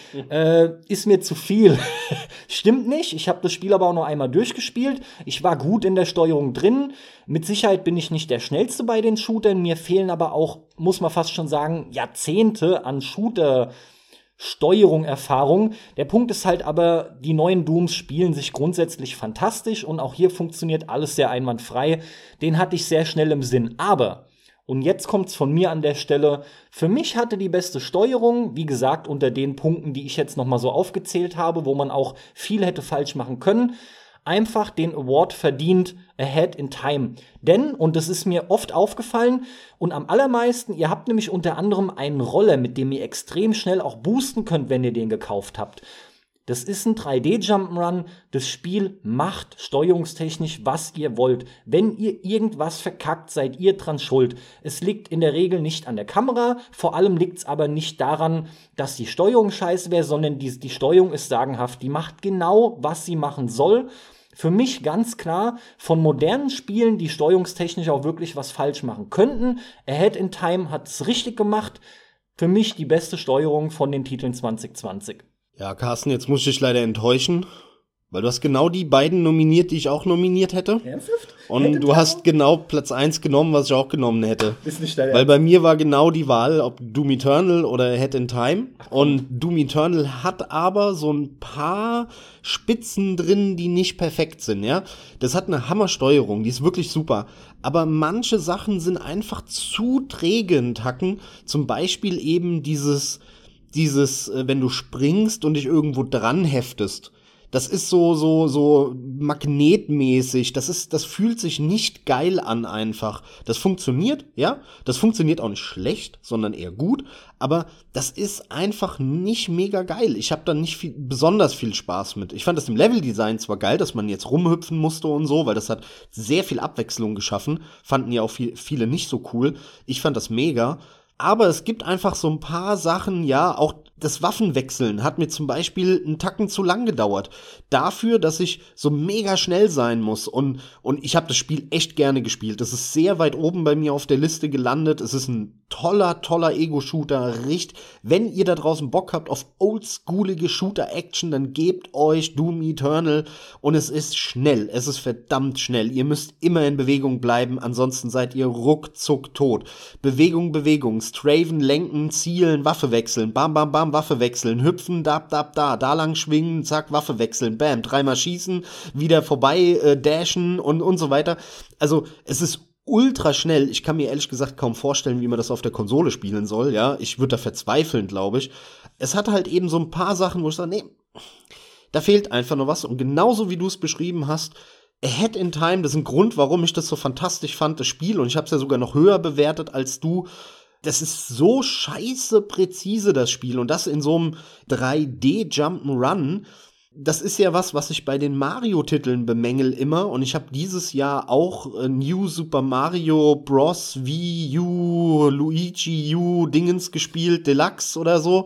Ist mir zu viel. Stimmt nicht, ich habe das Spiel aber auch noch einmal durchgespielt. Ich war gut in der Steuerung drin. Mit Sicherheit bin ich nicht der Schnellste bei den Shootern. Mir fehlen aber auch, muss man fast schon sagen, Jahrzehnte an Steuerung, Erfahrung. Der Punkt ist halt aber, die neuen Dooms spielen sich grundsätzlich fantastisch und auch hier funktioniert alles sehr einwandfrei. Den hatte ich sehr schnell im Sinn. Aber, und jetzt kommt's von mir an der Stelle, für mich hatte die beste Steuerung, wie gesagt, unter den Punkten, die ich jetzt noch mal so aufgezählt habe, wo man auch viel hätte falsch machen können, einfach den Award verdient Ahead in Time. Denn, und das ist mir oft aufgefallen, und am allermeisten, ihr habt nämlich unter anderem einen Roller, mit dem ihr extrem schnell auch boosten könnt, wenn ihr den gekauft habt. Das ist ein 3D-Jump'n'Run. Das Spiel macht steuerungstechnisch, was ihr wollt. Wenn ihr irgendwas verkackt, seid ihr dran schuld. Es liegt in der Regel nicht an der Kamera. Vor allem liegt es aber nicht daran, dass die Steuerung scheiße wäre, sondern die Steuerung ist sagenhaft. Die macht genau, was sie machen soll. Für mich ganz klar, von modernen Spielen, die steuerungstechnisch auch wirklich was falsch machen könnten. Ahead in Time hat es richtig gemacht. Für mich die beste Steuerung von den Titeln 2020. Ja, Carsten, jetzt muss ich dich leider enttäuschen, weil du hast genau die beiden nominiert, die ich auch nominiert hätte. Ernsthaft? Und du hast genau Platz 1 genommen, was ich auch genommen hätte. Ist nicht dein Weil bei mir war genau die Wahl, ob Doom Eternal oder Ahead in Time. Und Doom Eternal hat aber so ein paar Spitzen drin, die nicht perfekt sind, ja. Das hat eine Hammersteuerung, die ist wirklich super. Aber manche Sachen sind einfach zu träge in Tacken. Zum Beispiel eben dieses, wenn du springst und dich irgendwo dran heftest. Das ist so magnetmäßig. Das fühlt sich nicht geil an einfach. Das funktioniert, ja. Das funktioniert auch nicht schlecht, sondern eher gut. Aber das ist einfach nicht mega geil. Ich habe da nicht besonders viel Spaß mit. Ich fand das im Leveldesign zwar geil, dass man jetzt rumhüpfen musste und so, weil das hat sehr viel Abwechslung geschaffen. Fanden ja auch viele nicht so cool. Ich fand das mega. Aber es gibt einfach so ein paar Sachen, ja, auch das Waffenwechseln hat mir zum Beispiel einen Tacken zu lang gedauert. Dafür, dass ich so mega schnell sein muss. Und ich habe das Spiel echt gerne gespielt. Das ist sehr weit oben bei mir auf der Liste gelandet. Es ist ein toller Ego-Shooter. Wenn ihr da draußen Bock habt auf oldschoolige Shooter-Action, dann gebt euch Doom Eternal. Und es ist schnell. Es ist verdammt schnell. Ihr müsst immer in Bewegung bleiben. Ansonsten seid ihr ruckzuck tot. Bewegung. Straven, lenken, zielen, Waffe wechseln. Bam, bam, bam, Waffe wechseln. Hüpfen, da lang schwingen, zack, Waffe wechseln. Bam, dreimal schießen, wieder vorbei, dashen und so weiter. Also, es ist ultra schnell. Ich kann mir ehrlich gesagt kaum vorstellen, wie man das auf der Konsole spielen soll, ja. Ich würde da verzweifeln, glaube ich. Es hat halt eben so ein paar Sachen, wo ich sage, nee, da fehlt einfach noch was. Und genauso wie du es beschrieben hast, Ahead in Time, das ist ein Grund, warum ich das so fantastisch fand, das Spiel. Und ich habe es ja sogar noch höher bewertet als du. Das ist so scheiße präzise, das Spiel. Und das in so einem 3D-Jump'n'Run. Das ist ja was ich bei den Mario-Titeln bemängel immer. Und ich habe dieses Jahr auch New Super Mario Bros. Wii U, Luigi U Dingens gespielt, Deluxe oder so.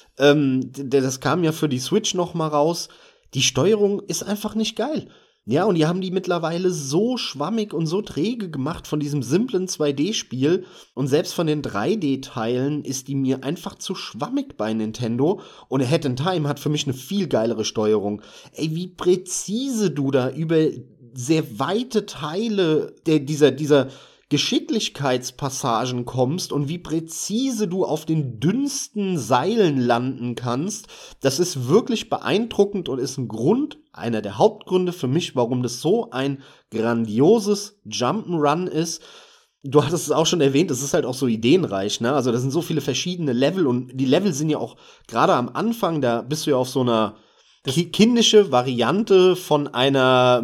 Das kam ja für die Switch noch mal raus. Die Steuerung ist einfach nicht geil. Ja, und die haben die mittlerweile so schwammig und so träge gemacht von diesem simplen 2D-Spiel. Und selbst von den 3D-Teilen ist die mir einfach zu schwammig bei Nintendo. Und Ahead in Time hat für mich eine viel geilere Steuerung. Ey, wie präzise du da über sehr weite Teile dieser Geschicklichkeitspassagen kommst und wie präzise du auf den dünnsten Seilen landen kannst, das ist wirklich beeindruckend und ist einer der Hauptgründe für mich, warum das so ein grandioses Jump'n'Run ist. Du hattest es auch schon erwähnt, es ist halt auch so ideenreich, ne? Also da sind so viele verschiedene Level und die Level sind ja auch gerade am Anfang, da bist du ja auf so einer kindische Variante von einer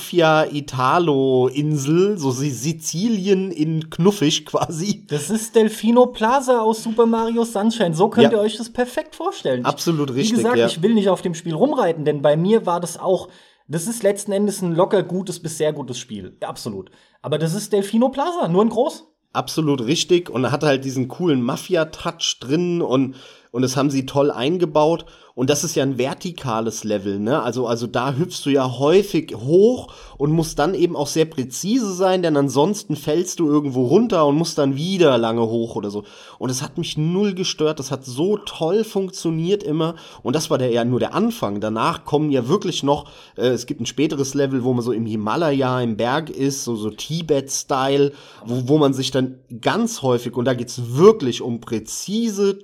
Mafia-Italo-Insel, so Sizilien in knuffig quasi. Das ist Delfino Plaza aus Super Mario Sunshine. So könnt ihr euch das perfekt vorstellen. Absolut richtig, wie gesagt, ich will nicht auf dem Spiel rumreiten, denn bei mir war das auch, das ist letzten Endes ein locker gutes bis sehr gutes Spiel. Ja, absolut. Aber das ist Delfino Plaza, nur in groß. Absolut richtig und hat halt diesen coolen Mafia-Touch drin und das haben sie toll eingebaut. Und das ist ja ein vertikales Level, ne? Also da hüpfst du ja häufig hoch und musst dann eben auch sehr präzise sein, denn ansonsten fällst du irgendwo runter und musst dann wieder lange hoch oder so. Und es hat mich null gestört, das hat so toll funktioniert immer. Und das war ja nur der Anfang. Danach kommen ja wirklich noch, es gibt ein späteres Level, wo man so im Himalaya, im Berg ist, so Tibet-Style, wo man sich dann ganz häufig, und da geht's wirklich um präzise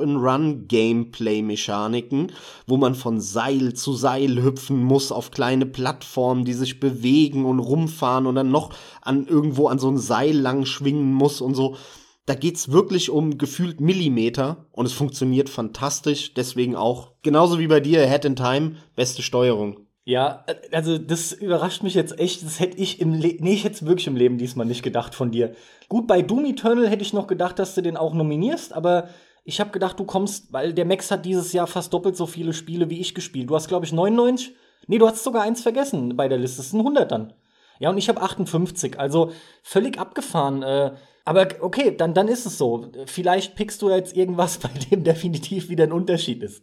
Jump-and-Run-Gameplay-Mechaniken, wo man von Seil zu Seil hüpfen muss auf kleine Plattformen, die sich bewegen und rumfahren und dann noch irgendwo an so ein Seil lang schwingen muss und so. Da geht's wirklich um gefühlt Millimeter und es funktioniert fantastisch, deswegen auch, genauso wie bei dir, Head in Time, beste Steuerung. Ja, also das überrascht mich jetzt echt. Das hätte ich ich hätte es wirklich im Leben diesmal nicht gedacht von dir. Gut, bei Doom Eternal hätte ich noch gedacht, dass du den auch nominierst, aber ich habe gedacht, du kommst, weil der Max hat dieses Jahr fast doppelt so viele Spiele wie ich gespielt. Du hast, glaube ich, 99? Nee, du hast sogar eins vergessen bei der Liste. Das sind 100 dann. Ja, und ich habe 58, also völlig abgefahren. Aber okay, dann ist es so. Vielleicht pickst du jetzt irgendwas, bei dem definitiv wieder ein Unterschied ist.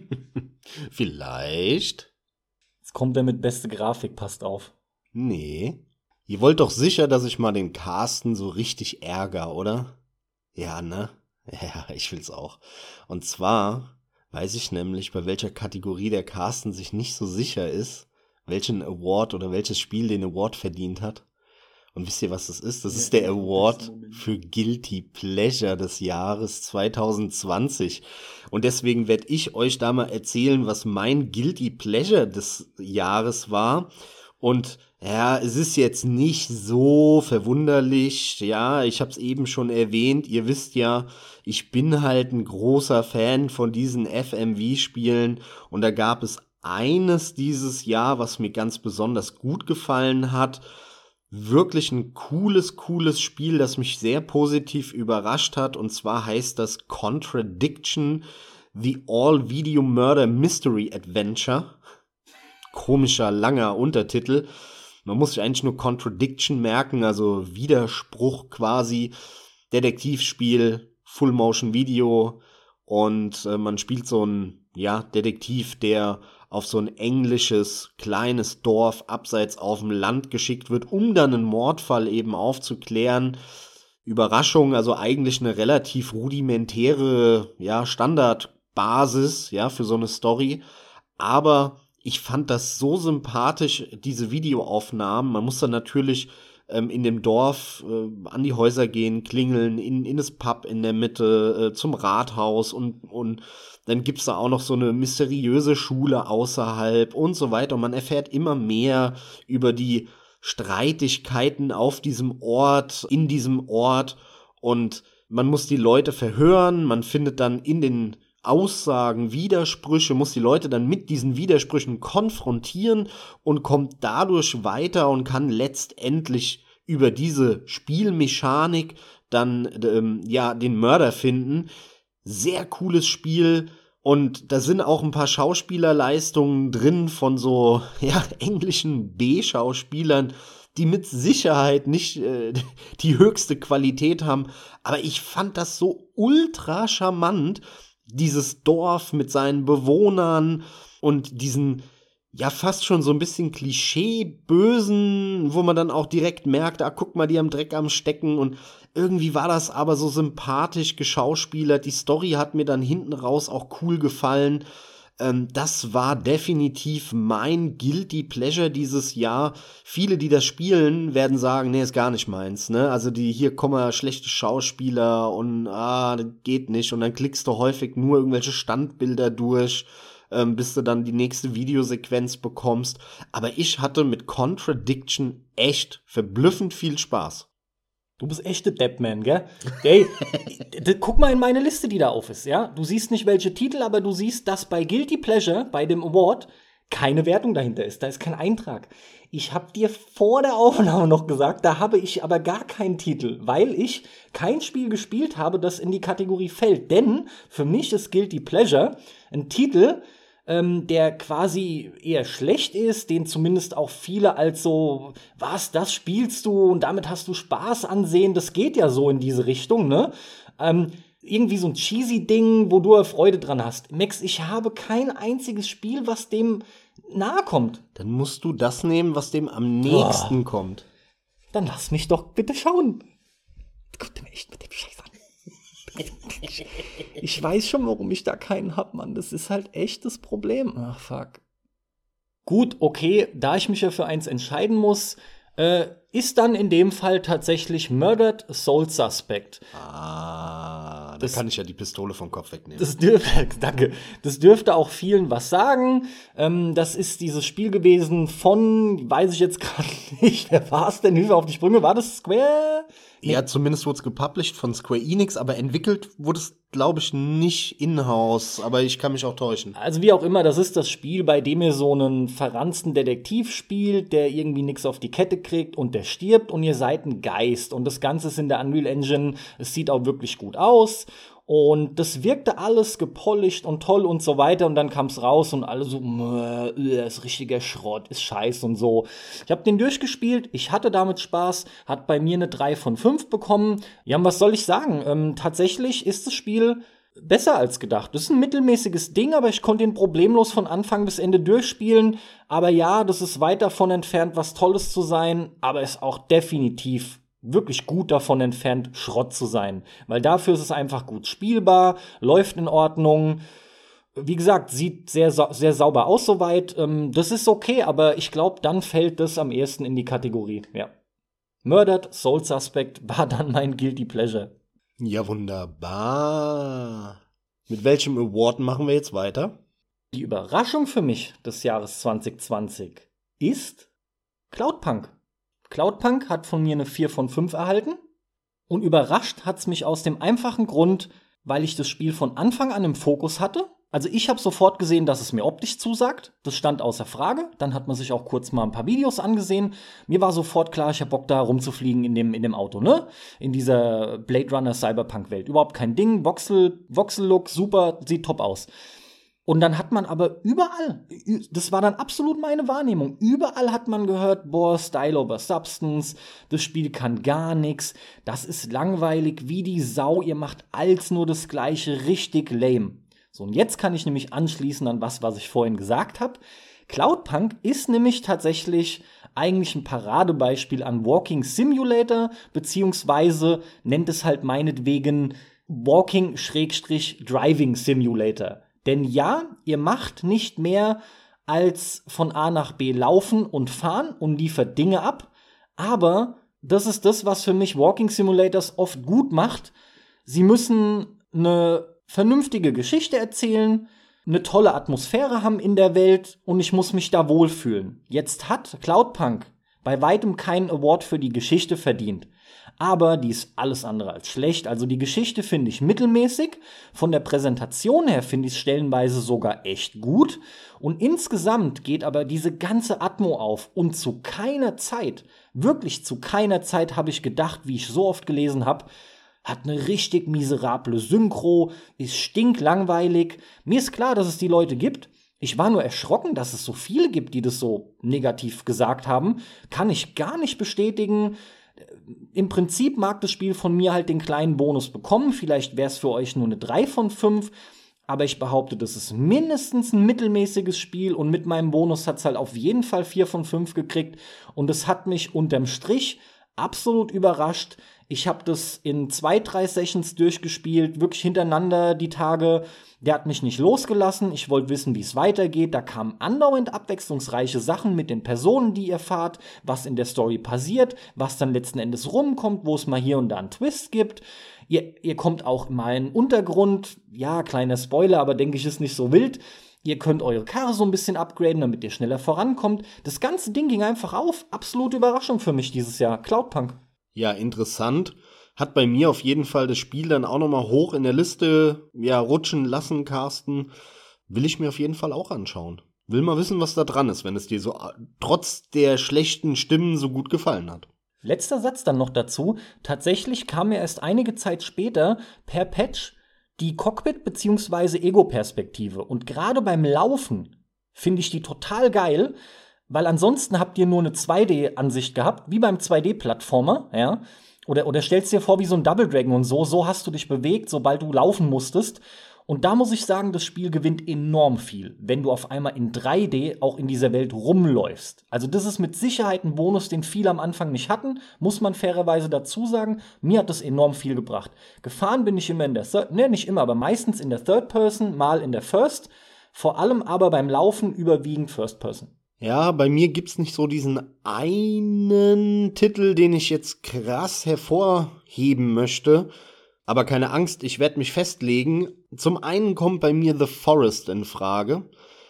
Vielleicht. Jetzt kommt er mit beste Grafik, passt auf. Nee. Ihr wollt doch sicher, dass ich mal den Carsten so richtig ärger, oder? Ja, ne? Ja, ich will's auch. Und zwar weiß ich nämlich, bei welcher Kategorie der Carsten sich nicht so sicher ist, welchen Award oder welches Spiel den Award verdient hat. Und wisst ihr, was das ist? Das ist der Award für Guilty Pleasure des Jahres 2020. Und deswegen werde ich euch da mal erzählen, was mein Guilty Pleasure des Jahres war. Und ja, es ist jetzt nicht so verwunderlich. Ja, ich habe es eben schon erwähnt. Ihr wisst ja, ich bin halt ein großer Fan von diesen FMV-Spielen. Und da gab es eines dieses Jahr, was mir ganz besonders gut gefallen hat. Wirklich ein cooles Spiel, das mich sehr positiv überrascht hat. Und zwar heißt das Contradiction, The All-Video Murder Mystery Adventure. Komischer, langer Untertitel. Man muss sich eigentlich nur Contradiction merken, also Widerspruch quasi. Detektivspiel, Full-Motion-Video. Und man spielt so einen Detektiv, der auf so ein englisches, kleines Dorf abseits auf dem Land geschickt wird, um dann einen Mordfall eben aufzuklären. Überraschung, also eigentlich eine relativ rudimentäre, Standardbasis, für so eine Story. Aber ich fand das so sympathisch, diese Videoaufnahmen. Man muss dann natürlich in dem Dorf an die Häuser gehen, klingeln, in das Pub in der Mitte, zum Rathaus und dann gibt's da auch noch so eine mysteriöse Schule außerhalb und so weiter. Und man erfährt immer mehr über die Streitigkeiten auf diesem Ort, in diesem Ort. Und man muss die Leute verhören. Man findet dann in den Aussagen Widersprüche, muss die Leute dann mit diesen Widersprüchen konfrontieren und kommt dadurch weiter und kann letztendlich über diese Spielmechanik dann den Mörder finden. Sehr cooles Spiel und da sind auch ein paar Schauspielerleistungen drin von so englischen B-Schauspielern, die mit Sicherheit nicht die höchste Qualität haben, aber ich fand das so ultra charmant, dieses Dorf mit seinen Bewohnern und diesen fast schon so ein bisschen Klischee-Bösen, wo man dann auch direkt merkt, guck mal, die haben Dreck am Stecken und irgendwie war das aber so sympathisch geschauspielert. Die Story hat mir dann hinten raus auch cool gefallen. Das war definitiv mein Guilty Pleasure dieses Jahr. Viele, die das spielen, werden sagen, nee, ist gar nicht meins, ne? Also hier kommen schlechte Schauspieler und das geht nicht. Und dann klickst du häufig nur irgendwelche Standbilder durch, bis du dann die nächste Videosequenz bekommst. Aber ich hatte mit Contradiction echt verblüffend viel Spaß. Du bist echte Deppman, gell? Ey, guck mal in meine Liste, die da auf ist, ja? Du siehst nicht welche Titel, aber du siehst, dass bei Guilty Pleasure, bei dem Award, keine Wertung dahinter ist. Da ist kein Eintrag. Ich hab dir vor der Aufnahme noch gesagt, da habe ich aber gar keinen Titel, weil ich kein Spiel gespielt habe, das in die Kategorie fällt. Denn für mich ist Guilty Pleasure ein Titel, der quasi eher schlecht ist, den zumindest auch viele als so, was, das spielst du und damit hast du Spaß ansehen, das geht ja so in diese Richtung, ne? irgendwie so ein cheesy Ding, wo du Freude dran hast. Max, ich habe kein einziges Spiel, was dem nahe kommt. Dann musst du das nehmen, was dem am nächsten kommt. Dann lass mich doch bitte schauen. Kommt mir echt mit dem Scheiß an. Ich weiß schon, warum ich da keinen hab, Mann. Das ist halt echt das Problem. Ach, fuck. Gut, okay, da ich mich ja für eins entscheiden muss, ist dann in dem Fall tatsächlich Murdered Soul Suspect. Da kann ich ja die Pistole vom Kopf wegnehmen. Danke. Das dürfte auch vielen was sagen. Das ist dieses Spiel gewesen von, weiß ich jetzt gerade nicht, wer war es denn? Hilfe auf die Sprünge, war das Square? Nee. Ja, zumindest wurde es gepublished von Square Enix, aber entwickelt wurde es, glaube ich, nicht in-house. Aber ich kann mich auch täuschen. Also wie auch immer, das ist das Spiel, bei dem ihr so einen verranzten Detektiv spielt, der irgendwie nichts auf die Kette kriegt und der stirbt und ihr seid ein Geist. Und das Ganze ist in der Unreal Engine, es sieht auch wirklich gut aus. Und das wirkte alles gepolished und toll und so weiter. Und dann kam es raus und alle so, ist richtiger Schrott, ist scheiß und so. Ich habe den durchgespielt, ich hatte damit Spaß, hat bei mir eine 3 von 5 bekommen. Ja, und was soll ich sagen? Tatsächlich ist das Spiel besser als gedacht. Das ist ein mittelmäßiges Ding, aber ich konnte ihn problemlos von Anfang bis Ende durchspielen. Aber ja, das ist weit davon entfernt, was Tolles zu sein, aber ist auch definitiv wirklich gut davon entfernt, Schrott zu sein. Weil dafür ist es einfach gut spielbar, läuft in Ordnung. Wie gesagt, sieht sehr, sehr sauber aus soweit. Das ist okay, aber ich glaube, dann fällt das am ehesten in die Kategorie. Ja. Murdered Soul Suspect war dann mein Guilty Pleasure. Ja, wunderbar. Mit welchem Award machen wir jetzt weiter? Die Überraschung für mich des Jahres 2020 ist Cloudpunk. Cloudpunk hat von mir eine 4 von 5 erhalten. Und überrascht hat's mich aus dem einfachen Grund, weil ich das Spiel von Anfang an im Fokus hatte. Also ich habe sofort gesehen, dass es mir optisch zusagt. Das stand außer Frage. Dann hat man sich auch kurz mal ein paar Videos angesehen. Mir war sofort klar, ich hab Bock da rumzufliegen in dem Auto, ne? In dieser Blade Runner Cyberpunk-Welt. Überhaupt kein Ding. Voxel-Look, super, sieht top aus. Und dann hat man aber überall, das war dann absolut meine Wahrnehmung, überall hat man gehört, boah, Style over Substance, das Spiel kann gar nichts, das ist langweilig wie die Sau, ihr macht alles nur das Gleiche, richtig lame. So, und jetzt kann ich nämlich anschließen an was ich vorhin gesagt habe. Cloudpunk ist nämlich tatsächlich eigentlich ein Paradebeispiel an Walking Simulator, beziehungsweise nennt es halt meinetwegen Walking-Driving Simulator. Denn ja, ihr macht nicht mehr als von A nach B laufen und fahren und liefert Dinge ab. Aber das ist das, was für mich Walking Simulators oft gut macht. Sie müssen eine vernünftige Geschichte erzählen, eine tolle Atmosphäre haben in der Welt und ich muss mich da wohlfühlen. Jetzt hat Cloudpunk bei weitem keinen Award für die Geschichte verdient. Aber die ist alles andere als schlecht. Also die Geschichte finde ich mittelmäßig. Von der Präsentation her finde ich es stellenweise sogar echt gut. Und insgesamt geht aber diese ganze Atmo auf. Und zu keiner Zeit, wirklich zu keiner Zeit habe ich gedacht, wie ich so oft gelesen habe, hat eine richtig miserable Synchro, ist stinklangweilig. Mir ist klar, dass es die Leute gibt. Ich war nur erschrocken, dass es so viele gibt, die das so negativ gesagt haben. Kann ich gar nicht bestätigen. Im Prinzip mag das Spiel von mir halt den kleinen Bonus bekommen. Vielleicht wäre es für euch nur eine 3 von 5. Aber ich behaupte, das ist mindestens ein mittelmäßiges Spiel. Und mit meinem Bonus hat es halt auf jeden Fall 4 von 5 gekriegt. Und es hat mich unterm Strich absolut überrascht. Ich habe das in 2-3 Sessions durchgespielt, wirklich hintereinander die Tage. Der hat mich nicht losgelassen. Ich wollte wissen, wie es weitergeht. Da kamen andauernd abwechslungsreiche Sachen mit den Personen, die ihr fahrt, was in der Story passiert, was dann letzten Endes rumkommt, wo es mal hier und da einen Twist gibt. Ihr kommt auch mal in den Untergrund. Ja, kleiner Spoiler, aber denke ich, ist nicht so wild. Ihr könnt eure Karre so ein bisschen upgraden, damit ihr schneller vorankommt. Das ganze Ding ging einfach auf. Absolute Überraschung für mich dieses Jahr. Cloudpunk. Ja, interessant. Hat bei mir auf jeden Fall das Spiel dann auch noch mal hoch in der Liste rutschen lassen, Carsten. Will ich mir auf jeden Fall auch anschauen. Will mal wissen, was da dran ist, wenn es dir so trotz der schlechten Stimmen so gut gefallen hat. Letzter Satz dann noch dazu. Tatsächlich kam mir erst einige Zeit später per Patch die Cockpit- bzw. Ego-Perspektive. Und gerade beim Laufen finde ich die total geil, weil ansonsten habt ihr nur eine 2D-Ansicht gehabt, wie beim 2D-Plattformer, ja. Oder stellst dir vor, wie so ein Double Dragon und so hast du dich bewegt, sobald du laufen musstest. Und da muss ich sagen, das Spiel gewinnt enorm viel, wenn du auf einmal in 3D auch in dieser Welt rumläufst. Also das ist mit Sicherheit ein Bonus, den viele am Anfang nicht hatten, muss man fairerweise dazu sagen. Mir hat das enorm viel gebracht. Gefahren bin ich immer in der nicht immer, aber meistens in der Third Person, mal in der First. Vor allem aber beim Laufen überwiegend First Person. Ja, bei mir gibt's nicht so diesen einen Titel, den ich jetzt krass hervorheben möchte. Aber keine Angst, ich werde mich festlegen. Zum einen kommt bei mir The Forest in Frage.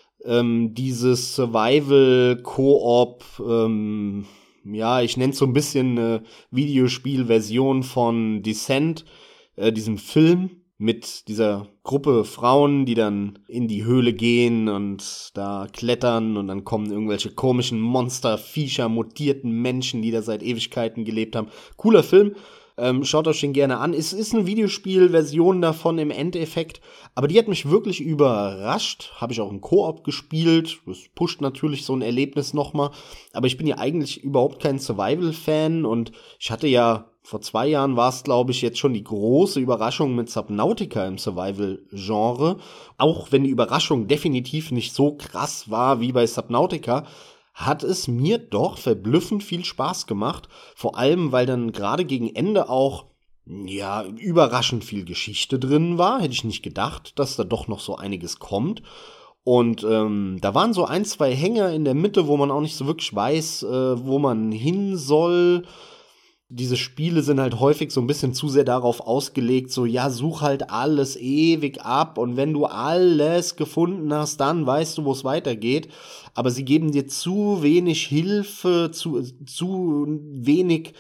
Dieses Survival-Koop, ja, ich nenne es so ein bisschen eine Videospielversion von Descent, diesem Film mit dieser Gruppe Frauen, die dann in die Höhle gehen und da klettern und dann kommen irgendwelche komischen Monster, Viecher, mutierten Menschen, die da seit Ewigkeiten gelebt haben. Cooler Film. Schaut euch den gerne an. Es ist eine Videospielversion davon im Endeffekt, aber die hat mich wirklich überrascht. Habe ich auch im Koop gespielt. Das pusht natürlich so ein Erlebnis nochmal. Aber ich bin ja eigentlich überhaupt kein Survival-Fan und ich hatte ja vor 2 Jahren war es, glaube ich, jetzt schon die große Überraschung mit Subnautica im Survival-Genre. Auch wenn die Überraschung definitiv nicht so krass war wie bei Subnautica, hat es mir doch verblüffend viel Spaß gemacht. Vor allem, weil dann gerade gegen Ende auch, ja, überraschend viel Geschichte drin war. Hätte ich nicht gedacht, dass da doch noch so einiges kommt. Und da waren so 1, 2 Hänger in der Mitte, wo man auch nicht so wirklich weiß, wo man hin soll. Diese Spiele sind halt häufig so ein bisschen zu sehr darauf ausgelegt, so, ja, such halt alles ewig ab und wenn du alles gefunden hast, dann weißt du, wo es weitergeht. Aber sie geben dir zu wenig Hilfe, zu wenig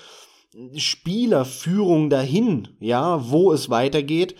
Spielerführung dahin, ja, wo es weitergeht.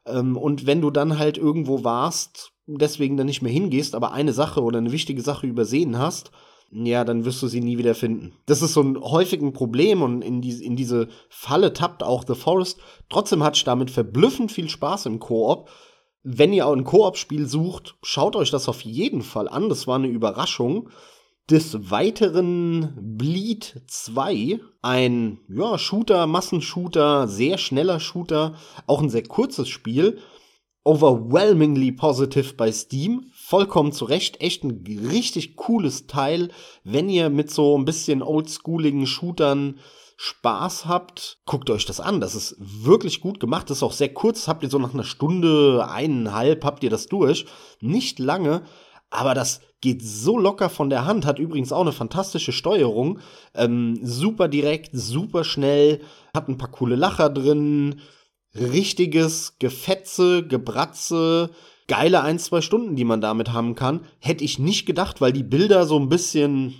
Und wenn du dann halt irgendwo warst, deswegen dann nicht mehr hingehst, aber eine Sache oder eine wichtige Sache übersehen hast, ja, dann wirst du sie nie wieder finden. Das ist so ein häufiges Problem und in diese Falle tappt auch The Forest. Trotzdem hatte ich damit verblüffend viel Spaß im Koop. Wenn ihr auch ein Koop-Spiel sucht, schaut euch das auf jeden Fall an. Das war eine Überraschung. Des Weiteren Bleed 2, ein Shooter, Massenshooter, sehr schneller Shooter, auch ein sehr kurzes Spiel. Overwhelmingly positive bei Steam. Vollkommen zu Recht. Echt ein richtig cooles Teil. Wenn ihr mit so ein bisschen oldschooligen Shootern Spaß habt, guckt euch das an. Das ist wirklich gut gemacht. Das ist auch sehr kurz. Habt ihr so nach einer Stunde, 1,5 habt ihr das durch. Nicht lange, aber das geht so locker von der Hand. Hat übrigens auch eine fantastische Steuerung. Super direkt, super schnell. Hat ein paar coole Lacher drin. Richtiges Gefetze, Gebratze, geile 1, 2 Stunden, die man damit haben kann. Hätte ich nicht gedacht, weil die Bilder so ein bisschen,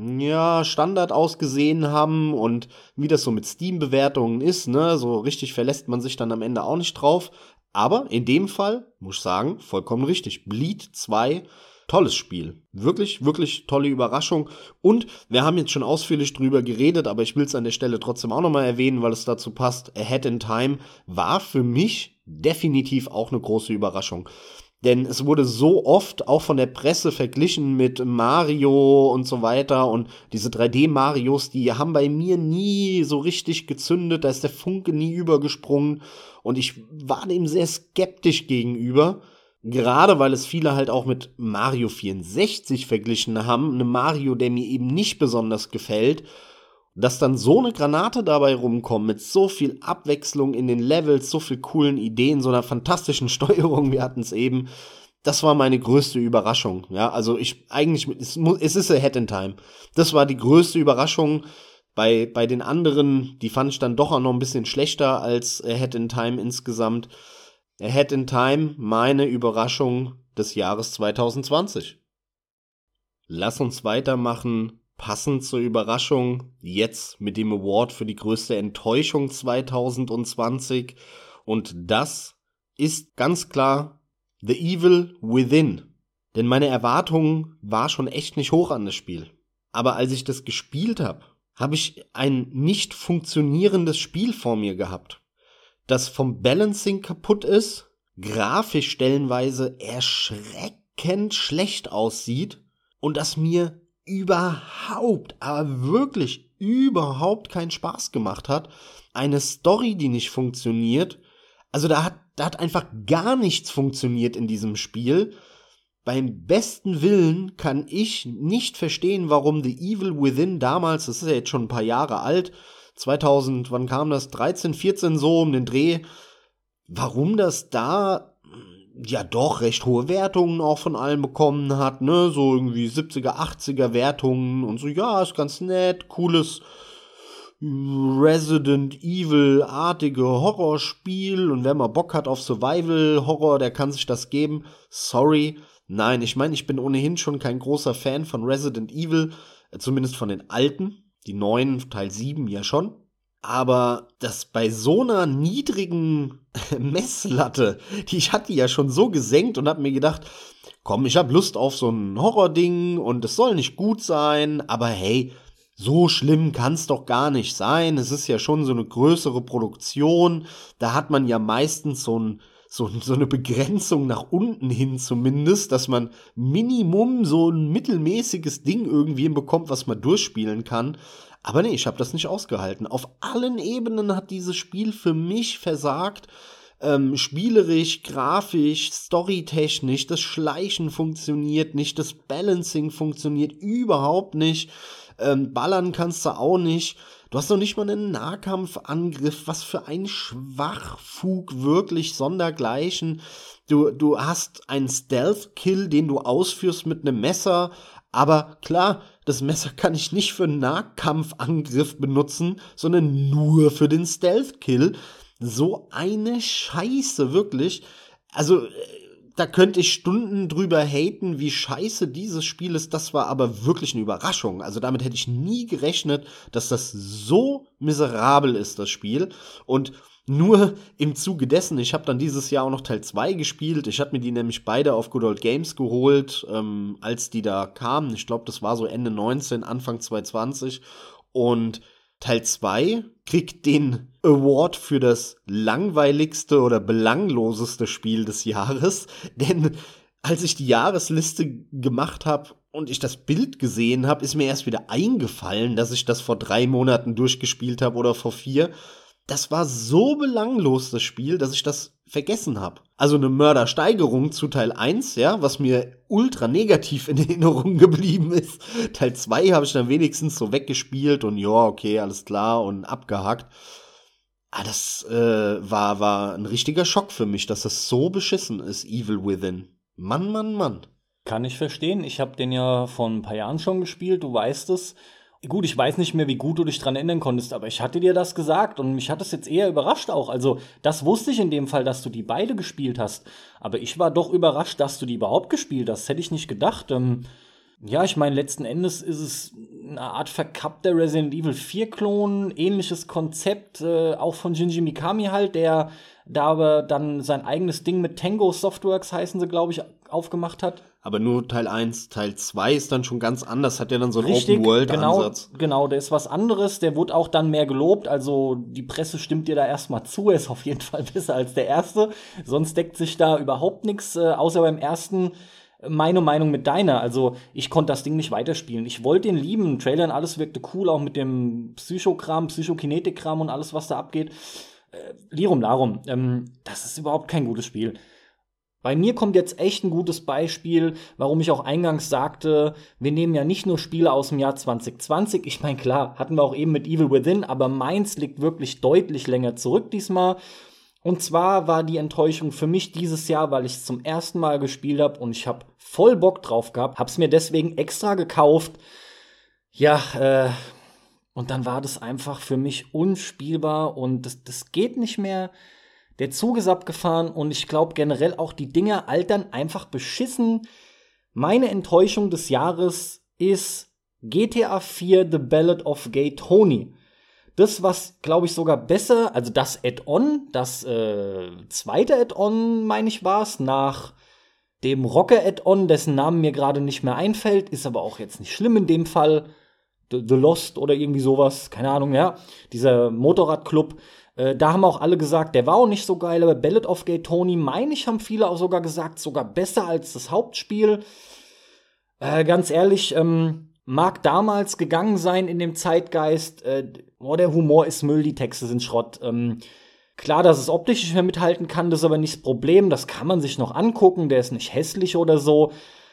ja, Standard ausgesehen haben und wie das so mit Steam-Bewertungen ist, ne, so richtig verlässt man sich dann am Ende auch nicht drauf. Aber in dem Fall, muss ich sagen, vollkommen richtig. Bleed 2, tolles Spiel. Wirklich, wirklich tolle Überraschung. Und wir haben jetzt schon ausführlich drüber geredet, aber ich will es an der Stelle trotzdem auch nochmal erwähnen, weil es dazu passt. Ahead in Time war für mich definitiv auch eine große Überraschung. Denn es wurde so oft auch von der Presse verglichen mit Mario und so weiter. Und diese 3D-Marios, die haben bei mir nie so richtig gezündet. Da ist der Funke nie übergesprungen. Und ich war dem sehr skeptisch gegenüber. Gerade weil es viele halt auch mit Mario 64 verglichen haben, einem Mario, der mir eben nicht besonders gefällt, dass dann so eine Granate dabei rumkommt, mit so viel Abwechslung in den Levels, so viel coolen Ideen, so einer fantastischen Steuerung, wir hatten es eben, das war meine größte Überraschung, ja, also es ist Ahead in Time, das war die größte Überraschung. Bei den anderen, die fand ich dann doch auch noch ein bisschen schlechter als Ahead in Time insgesamt. Ahead in Time, meine Überraschung des Jahres 2020. Lass uns weitermachen, passend zur Überraschung, jetzt mit dem Award für die größte Enttäuschung 2020. Und das ist ganz klar The Evil Within. Denn meine Erwartung war schon echt nicht hoch an das Spiel. Aber als ich das gespielt habe, habe ich ein nicht funktionierendes Spiel vor mir gehabt, das vom Balancing kaputt ist, grafisch stellenweise erschreckend schlecht aussieht und das mir überhaupt, aber wirklich überhaupt keinen Spaß gemacht hat. Eine Story, die nicht funktioniert. Also da hat einfach gar nichts funktioniert in diesem Spiel. Beim besten Willen kann ich nicht verstehen, warum The Evil Within damals, das ist ja jetzt schon ein paar Jahre alt, 2000, wann kam das? 13, 14 so um den Dreh, warum das da ja doch recht hohe Wertungen auch von allen bekommen hat, ne, so irgendwie 70er, 80er Wertungen und so, ja, ist ganz nett, cooles Resident Evil-artige Horrorspiel und wer mal Bock hat auf Survival-Horror, der kann sich das geben. Sorry, nein, ich meine, ich bin ohnehin schon kein großer Fan von Resident Evil, zumindest von den alten, die neuen, Teil 7 ja schon. Aber das bei so einer niedrigen Messlatte, ich hatte ja schon so gesenkt und hab mir gedacht, komm, ich hab Lust auf so ein Horrording und es soll nicht gut sein, aber hey, so schlimm kann's doch gar nicht sein. Es ist ja schon so eine größere Produktion, da hat man ja meistens so eine Begrenzung nach unten hin zumindest, dass man Minimum so ein mittelmäßiges Ding irgendwie hinbekommt, was man durchspielen kann. Aber nee, ich habe das nicht ausgehalten. Auf allen Ebenen hat dieses Spiel für mich versagt. Spielerisch, grafisch, storytechnisch, das Schleichen funktioniert nicht, das Balancing funktioniert überhaupt nicht. Ballern kannst du auch nicht. Du hast noch nicht mal einen Nahkampfangriff. Was für ein Schwachfug, wirklich sondergleichen. Du hast einen Stealth-Kill, den du ausführst mit einem Messer. Aber klar, das Messer kann ich nicht für einen Nahkampfangriff benutzen, sondern nur für den Stealth-Kill. So eine Scheiße, wirklich. Also, da könnte ich Stunden drüber haten, wie scheiße dieses Spiel ist. Das war aber wirklich eine Überraschung. Also damit hätte ich nie gerechnet, dass das so miserabel ist, das Spiel. Und nur im Zuge dessen, ich habe dann dieses Jahr auch noch Teil 2 gespielt. Ich habe mir die nämlich beide auf Good Old Games geholt, als die da kamen. Ich glaube, das war so Ende 19, Anfang 2020. Und Teil 2 kriegt den Award für das langweiligste oder belangloseste Spiel des Jahres. Denn als ich die Jahresliste gemacht habe und ich das Bild gesehen habe, ist mir erst wieder eingefallen, dass ich das vor 3 Monaten durchgespielt habe oder vor 4. Das war so belanglos, das Spiel, dass ich das vergessen habe. Also eine Mördersteigerung zu Teil 1, ja, was mir ultra negativ in Erinnerung geblieben ist. Teil 2 habe ich dann wenigstens so weggespielt und ja, okay, alles klar und abgehakt. Aber das war ein richtiger Schock für mich, dass das so beschissen ist, Evil Within. Mann, Mann, Mann. Kann ich verstehen. Ich habe den ja vor ein paar Jahren schon gespielt, du weißt es. Gut, ich weiß nicht mehr, wie gut du dich dran erinnern konntest, aber ich hatte dir das gesagt und mich hat es jetzt eher überrascht auch. Also, das wusste ich in dem Fall, dass du die beide gespielt hast. Aber ich war doch überrascht, dass du die überhaupt gespielt hast. Das hätte ich nicht gedacht. Ja, ich meine, letzten Endes ist es eine Art verkappter Resident Evil 4-Klon, ähnliches Konzept, auch von Shinji Mikami halt, der da aber dann sein eigenes Ding mit Tango Softworks, heißen sie, glaube ich, aufgemacht hat. Aber nur Teil 1, Teil 2 ist dann schon ganz anders, hat ja dann so einen Richtig, Open-World-Ansatz. Genau, der ist was anderes, der wurde auch dann mehr gelobt, also die Presse stimmt dir da erstmal zu, er ist auf jeden Fall besser als der erste, sonst deckt sich da überhaupt nichts, außer beim ersten. Meine Meinung mit deiner, also ich konnte das Ding nicht weiterspielen. Ich wollte den lieben, Trailern, alles wirkte cool, auch mit dem Psychokram, Psychokinetik-Kram und alles, was da abgeht. Lirum Larum, das ist überhaupt kein gutes Spiel. Bei mir kommt jetzt echt ein gutes Beispiel, warum ich auch eingangs sagte, wir nehmen ja nicht nur Spiele aus dem Jahr 2020. Ich meine, klar, hatten wir auch eben mit Evil Within, aber meins liegt wirklich deutlich länger zurück diesmal. Und zwar war die Enttäuschung für mich dieses Jahr, weil ich es zum ersten Mal gespielt habe und ich habe voll Bock drauf gehabt, hab's mir deswegen extra gekauft. Ja, und dann war das einfach für mich unspielbar und das geht nicht mehr. Der Zug ist abgefahren und ich glaube generell auch die Dinger altern einfach beschissen. Meine Enttäuschung des Jahres ist GTA 4 The Ballad of Gay Tony. Das, was, glaube ich, sogar besser, also das Add-on, das zweite Add-on, meine ich, war es, nach dem Rocker-Add-on, dessen Namen mir gerade nicht mehr einfällt, ist aber auch jetzt nicht schlimm in dem Fall. The Lost oder irgendwie sowas, keine Ahnung, ja. Dieser Motorradclub, da haben auch alle gesagt, der war auch nicht so geil, aber Ballad of Gay Tony, meine ich, haben viele auch sogar gesagt, sogar besser als das Hauptspiel. Ganz ehrlich, mag damals gegangen sein in dem Zeitgeist, der Humor ist Müll, die Texte sind Schrott. Klar, dass es optisch nicht mehr mithalten kann, das ist aber nicht das Problem. Das kann man sich noch angucken, der ist nicht hässlich oder so.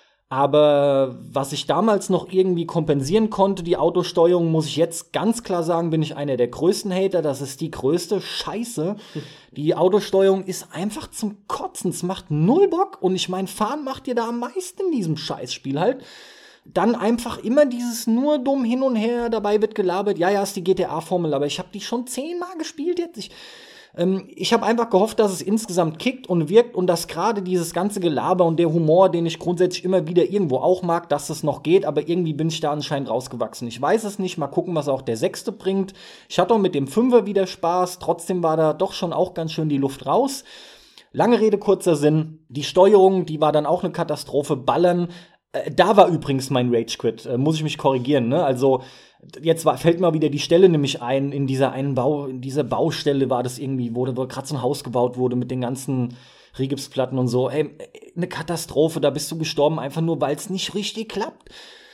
Aber was ich damals noch irgendwie kompensieren konnte, die Autosteuerung, muss ich jetzt ganz klar sagen, bin ich einer der größten Hater. Das ist die größte Scheiße. Die Autosteuerung ist einfach zum Kotzen. Es macht null Bock. Und ich meine, fahren macht ihr da am meisten in diesem Scheißspiel halt. Dann einfach immer dieses nur dumm hin und her, dabei wird gelabert. Ja, ist die GTA-Formel, aber ich habe die schon 10-mal gespielt jetzt. Ich habe einfach gehofft, dass es insgesamt kickt und wirkt und dass gerade dieses ganze Gelaber und der Humor, den ich grundsätzlich immer wieder irgendwo auch mag, dass es noch geht, aber irgendwie bin ich da anscheinend rausgewachsen. Ich weiß es nicht, mal gucken, was auch der 6. bringt. Ich hatte auch mit dem 5er wieder Spaß, trotzdem war da doch schon auch ganz schön die Luft raus. Lange Rede, kurzer Sinn, die Steuerung, die war dann auch eine Katastrophe, Ballern. Da war übrigens mein Rage-Quit, muss ich mich korrigieren, ne? Also jetzt fällt mir wieder die Stelle nämlich ein, in dieser Baustelle war das irgendwie, wo gerade so ein Haus gebaut wurde mit den ganzen Rigipsplatten und so. Ey, eine Katastrophe, da bist du gestorben, einfach nur, weil es nicht richtig klappt.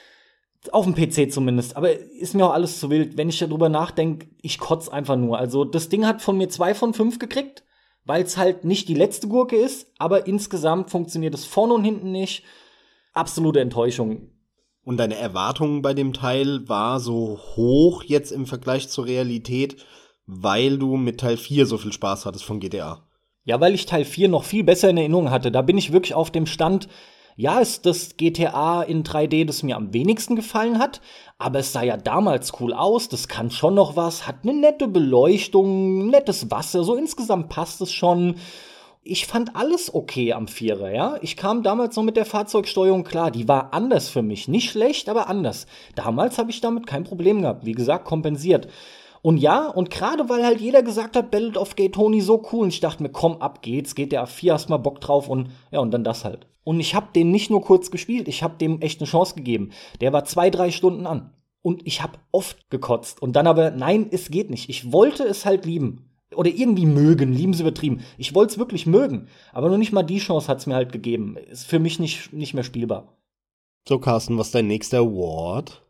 Auf dem PC zumindest, aber ist mir auch alles zu wild. Wenn ich darüber nachdenke, ich kotze einfach nur. Also das Ding hat von mir 2 von 5 gekriegt, weil es halt nicht die letzte Gurke ist, aber insgesamt funktioniert es vorne und hinten nicht. Absolute Enttäuschung. Und deine Erwartung bei dem Teil war so hoch jetzt im Vergleich zur Realität, weil du mit Teil 4 so viel Spaß hattest von GTA. Ja, weil ich Teil 4 noch viel besser in Erinnerung hatte. Da bin ich wirklich auf dem Stand, ja, ist das GTA in 3D, das mir am wenigsten gefallen hat, aber es sah ja damals cool aus, das kann schon noch was, hat eine nette Beleuchtung, nettes Wasser, so insgesamt passt es schon. Ich fand alles okay am 4er, ja. Ich kam damals noch mit der Fahrzeugsteuerung klar. Die war anders für mich. Nicht schlecht, aber anders. Damals habe ich damit kein Problem gehabt. Wie gesagt, kompensiert. Und ja, und gerade weil halt jeder gesagt hat, Battle of Gay Tony so cool. Und ich dachte mir, komm, ab geht's. GTA 4, hast mal Bock drauf. Und ja, und dann das halt. Und ich habe den nicht nur kurz gespielt. Ich habe dem echt eine Chance gegeben. Der war 2-3 Stunden an. Und ich habe oft gekotzt. Und dann aber, nein, es geht nicht. Ich wollte es halt lieben. Oder irgendwie mögen, lieben sie übertrieben. Ich wollte es wirklich mögen, aber nur nicht mal die Chance hat es mir halt gegeben. Ist für mich nicht mehr spielbar. So, Carsten, was ist dein nächster Award?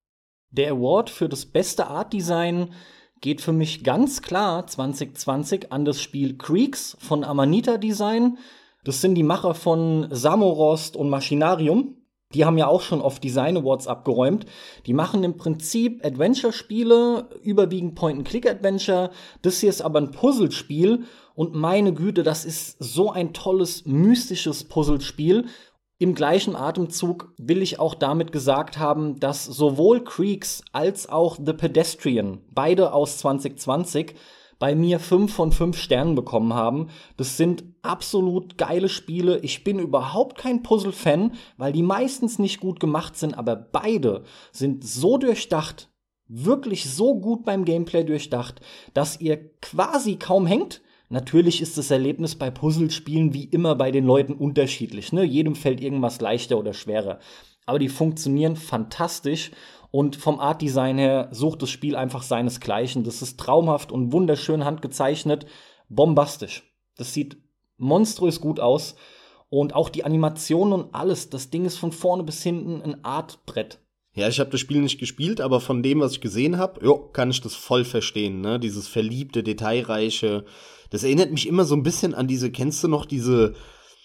Der Award für das beste Art Design geht für mich ganz klar 2020 an das Spiel Creeks von Amanita Design. Das sind die Macher von Samorost und Machinarium. Die haben ja auch schon oft Design Awards abgeräumt. Die machen im Prinzip Adventure-Spiele, überwiegend Point-and-Click-Adventure. Das hier ist aber ein Puzzlespiel. Und meine Güte, das ist so ein tolles, mystisches Puzzlespiel. Im gleichen Atemzug will ich auch damit gesagt haben, dass sowohl Creeks als auch The Pedestrian, beide aus 2020, bei mir 5 von 5 Sternen bekommen haben. Das sind absolut geile Spiele. Ich bin überhaupt kein Puzzle-Fan, weil die meistens nicht gut gemacht sind, aber beide sind so durchdacht, wirklich so gut beim Gameplay durchdacht, dass ihr quasi kaum hängt. Natürlich ist das Erlebnis bei Puzzlespielen wie immer bei den Leuten unterschiedlich, ne? Jedem fällt irgendwas leichter oder schwerer. Aber die funktionieren fantastisch. Und vom Art-Design her sucht das Spiel einfach seinesgleichen. Das ist traumhaft und wunderschön handgezeichnet. Bombastisch. Das sieht monströs gut aus. Und auch die Animationen und alles. Das Ding ist von vorne bis hinten ein Artbrett. Ja, ich habe das Spiel nicht gespielt, aber von dem, was ich gesehen habe, kann ich das voll verstehen, ne? Dieses verliebte, detailreiche. Das erinnert mich immer so ein bisschen an kennst du noch diese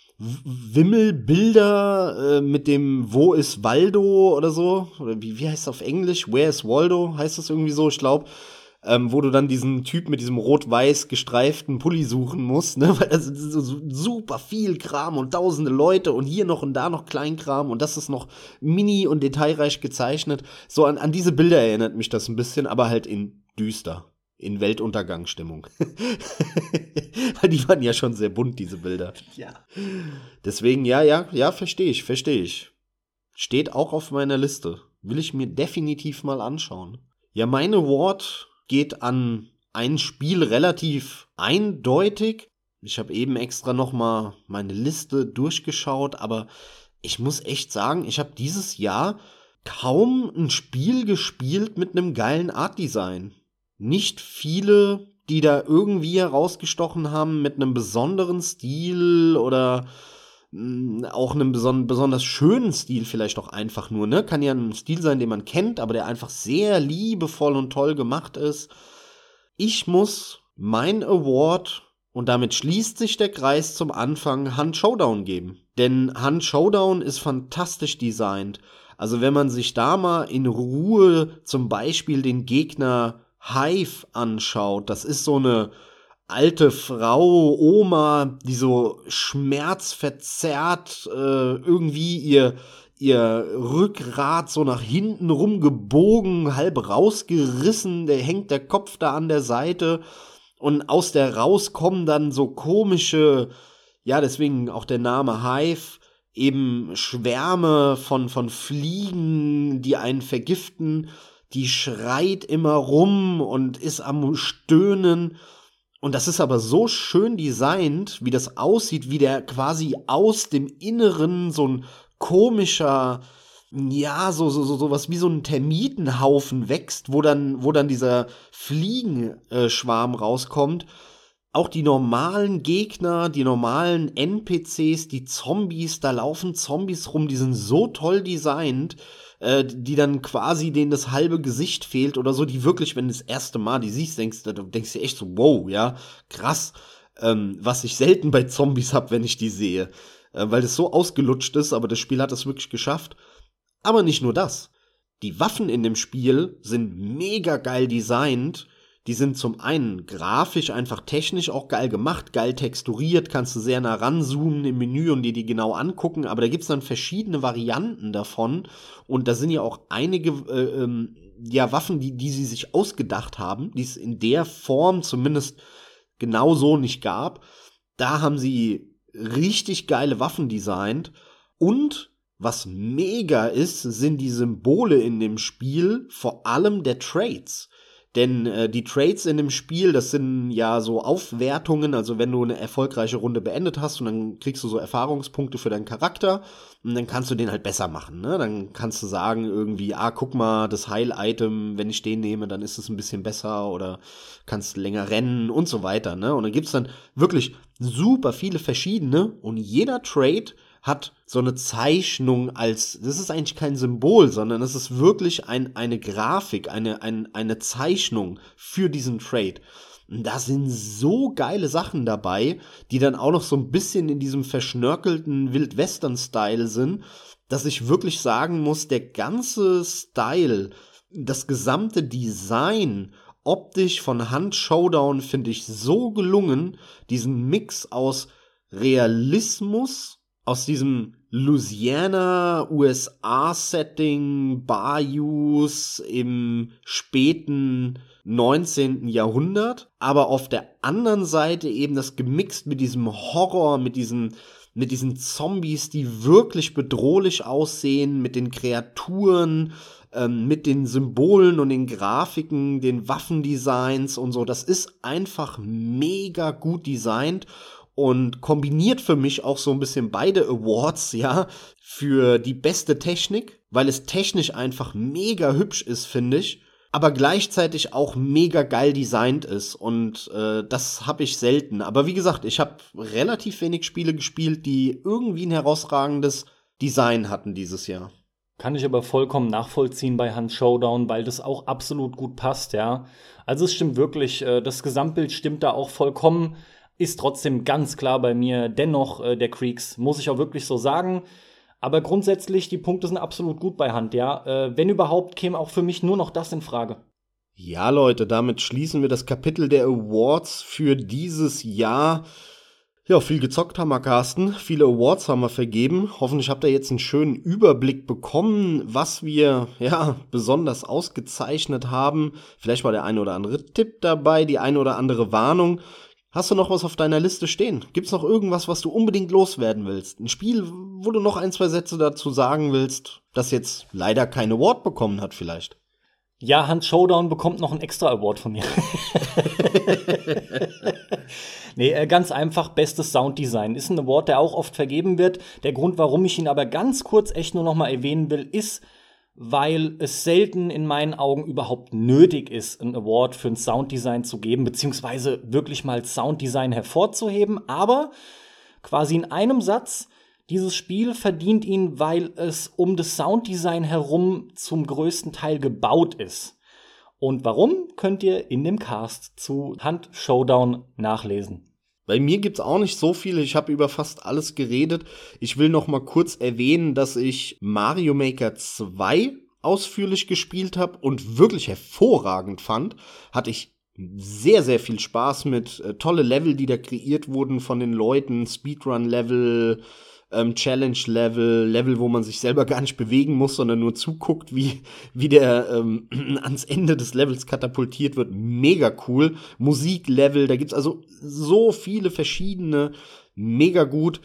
Wimmelbilder mit dem Wo ist Waldo oder so? Oder wie heißt es auf Englisch? Where is Waldo? Heißt das irgendwie so, ich glaube. Wo du dann diesen Typ mit diesem rot-weiß gestreiften Pulli suchen musst, ne? Weil das ist so super viel Kram und tausende Leute und hier noch und da noch Kleinkram und das ist noch mini und detailreich gezeichnet. So an diese Bilder erinnert mich das ein bisschen, aber halt in düster. In Weltuntergangsstimmung. Weil die waren ja schon sehr bunt, diese Bilder. Ja. Deswegen, ja, verstehe ich. Steht auch auf meiner Liste. Will ich mir definitiv mal anschauen. Ja, mein Award geht an ein Spiel relativ eindeutig. Ich habe eben extra noch mal meine Liste durchgeschaut, aber ich muss echt sagen, ich habe dieses Jahr kaum ein Spiel gespielt mit einem geilen Artdesign. Nicht viele, die da irgendwie herausgestochen haben mit einem besonderen Stil oder auch einen besonders schönen Stil vielleicht auch einfach nur, ne? Kann ja ein Stil sein, den man kennt, aber der einfach sehr liebevoll und toll gemacht ist. Ich muss mein Award, und damit schließt sich der Kreis zum Anfang, Hunt Showdown geben. Denn Hunt Showdown ist fantastisch designt. Also wenn man sich da mal in Ruhe zum Beispiel den Gegner Hive anschaut, das ist so eine alte Frau, Oma, die so schmerzverzerrt irgendwie ihr Rückgrat so nach hinten rumgebogen, halb rausgerissen, der hängt der Kopf da an der Seite und aus der rauskommen dann so komische, ja, deswegen auch der Name Hive, eben Schwärme von Fliegen, die einen vergiften, die schreit immer rum und ist am Stöhnen. Und das ist aber so schön designt, wie das aussieht, wie der quasi aus dem Inneren so ein komischer, ja, so was wie so ein Termitenhaufen wächst, wo dann dieser Fliegenschwarm rauskommt. Auch die normalen Gegner, die normalen NPCs, die Zombies, da laufen Zombies rum, die sind so toll designt, die dann quasi denen das halbe Gesicht fehlt oder so, die wirklich, wenn du das erste Mal die siehst, denkst du echt so, wow, ja, krass, was ich selten bei Zombies hab, wenn ich die sehe, weil das so ausgelutscht ist, aber das Spiel hat es wirklich geschafft. Aber nicht nur das. Die Waffen in dem Spiel sind mega geil designt. Die sind zum einen grafisch, einfach technisch auch geil gemacht, geil texturiert, kannst du sehr nah ranzoomen im Menü und dir die genau angucken, aber da gibt's dann verschiedene Varianten davon und da sind ja auch einige ja, Waffen, die sie sich ausgedacht haben, die es in der Form zumindest genau so nicht gab. Da haben sie richtig geile Waffen designt und was mega ist, sind die Symbole in dem Spiel, vor allem der Trades. Denn die Trades in dem Spiel, das sind ja so Aufwertungen, also wenn du eine erfolgreiche Runde beendet hast und dann kriegst du so Erfahrungspunkte für deinen Charakter und dann kannst du den halt besser machen, ne? Dann kannst du sagen irgendwie, guck mal, das Heil-Item, wenn ich den nehme, dann ist es ein bisschen besser oder kannst länger rennen und so weiter, ne? Und dann gibt's dann wirklich super viele verschiedene und jeder Trade hat so eine Zeichnung das ist eigentlich kein Symbol, sondern es ist wirklich eine Grafik, eine Zeichnung für diesen Trade. Und da sind so geile Sachen dabei, die dann auch noch so ein bisschen in diesem verschnörkelten Wild-Western-Style sind, dass ich wirklich sagen muss, der ganze Style, das gesamte Design optisch von Hunt Showdown finde ich so gelungen, diesen Mix aus Realismus, aus diesem Louisiana, USA-Setting, Bayous im späten 19. Jahrhundert, aber auf der anderen Seite eben das gemixt mit diesem Horror, mit diesen Zombies, die wirklich bedrohlich aussehen, mit den Kreaturen, mit den Symbolen und den Grafiken, den Waffendesigns und so. Das ist einfach mega gut designt und kombiniert für mich auch so ein bisschen beide Awards, ja, für die beste Technik, weil es technisch einfach mega hübsch ist, finde ich, aber gleichzeitig auch mega geil designt ist und das habe ich selten. Aber wie gesagt, ich habe relativ wenig Spiele gespielt, die irgendwie ein herausragendes Design hatten dieses Jahr. Kann ich aber vollkommen nachvollziehen bei Hunt Showdown, weil das auch absolut gut passt, ja. Also es stimmt wirklich, das Gesamtbild stimmt da auch vollkommen. Ist trotzdem ganz klar bei mir dennoch der Creeks, muss ich auch wirklich so sagen. Aber grundsätzlich, die Punkte sind absolut gut bei Hunt, ja. Wenn überhaupt, käme auch für mich nur noch das in Frage. Ja, Leute, damit schließen wir das Kapitel der Awards für dieses Jahr. Ja, viel gezockt haben wir, Carsten. Viele Awards haben wir vergeben. Hoffentlich habt ihr jetzt einen schönen Überblick bekommen, was wir, ja, besonders ausgezeichnet haben. Vielleicht war der eine oder andere Tipp dabei, die eine oder andere Warnung. Hast du noch was auf deiner Liste stehen? Gibt's noch irgendwas, was du unbedingt loswerden willst? Ein Spiel, wo du noch ein, zwei Sätze dazu sagen willst, das jetzt leider kein Award bekommen hat vielleicht? Ja, Hunt Showdown bekommt noch einen extra Award von mir. Nee, ganz einfach, bestes Sounddesign. Ist ein Award, der auch oft vergeben wird. Der Grund, warum ich ihn aber ganz kurz echt nur noch mal erwähnen will, ist, weil es selten in meinen Augen überhaupt nötig ist, einen Award für ein Sounddesign zu geben, beziehungsweise wirklich mal Sounddesign hervorzuheben. Aber quasi in einem Satz, Dieses Spiel verdient ihn, weil es um das Sounddesign herum zum größten Teil gebaut ist. Und warum, könnt ihr in dem Cast zu Hunt Showdown nachlesen. Bei mir gibt's auch nicht so viele, ich habe über fast alles geredet. Ich will noch mal kurz erwähnen, dass ich Mario Maker 2 ausführlich gespielt habe und wirklich hervorragend fand. Hatte ich sehr, sehr viel Spaß mit. Tolle Level, die da kreiert wurden von den Leuten. Speedrun-Level, Challenge-Level, Level, wo man sich selber gar nicht bewegen muss, sondern nur zuguckt, wie der ans Ende des Levels katapultiert wird. Mega cool. Musik-Level, da gibt's also so viele verschiedene, mega gut.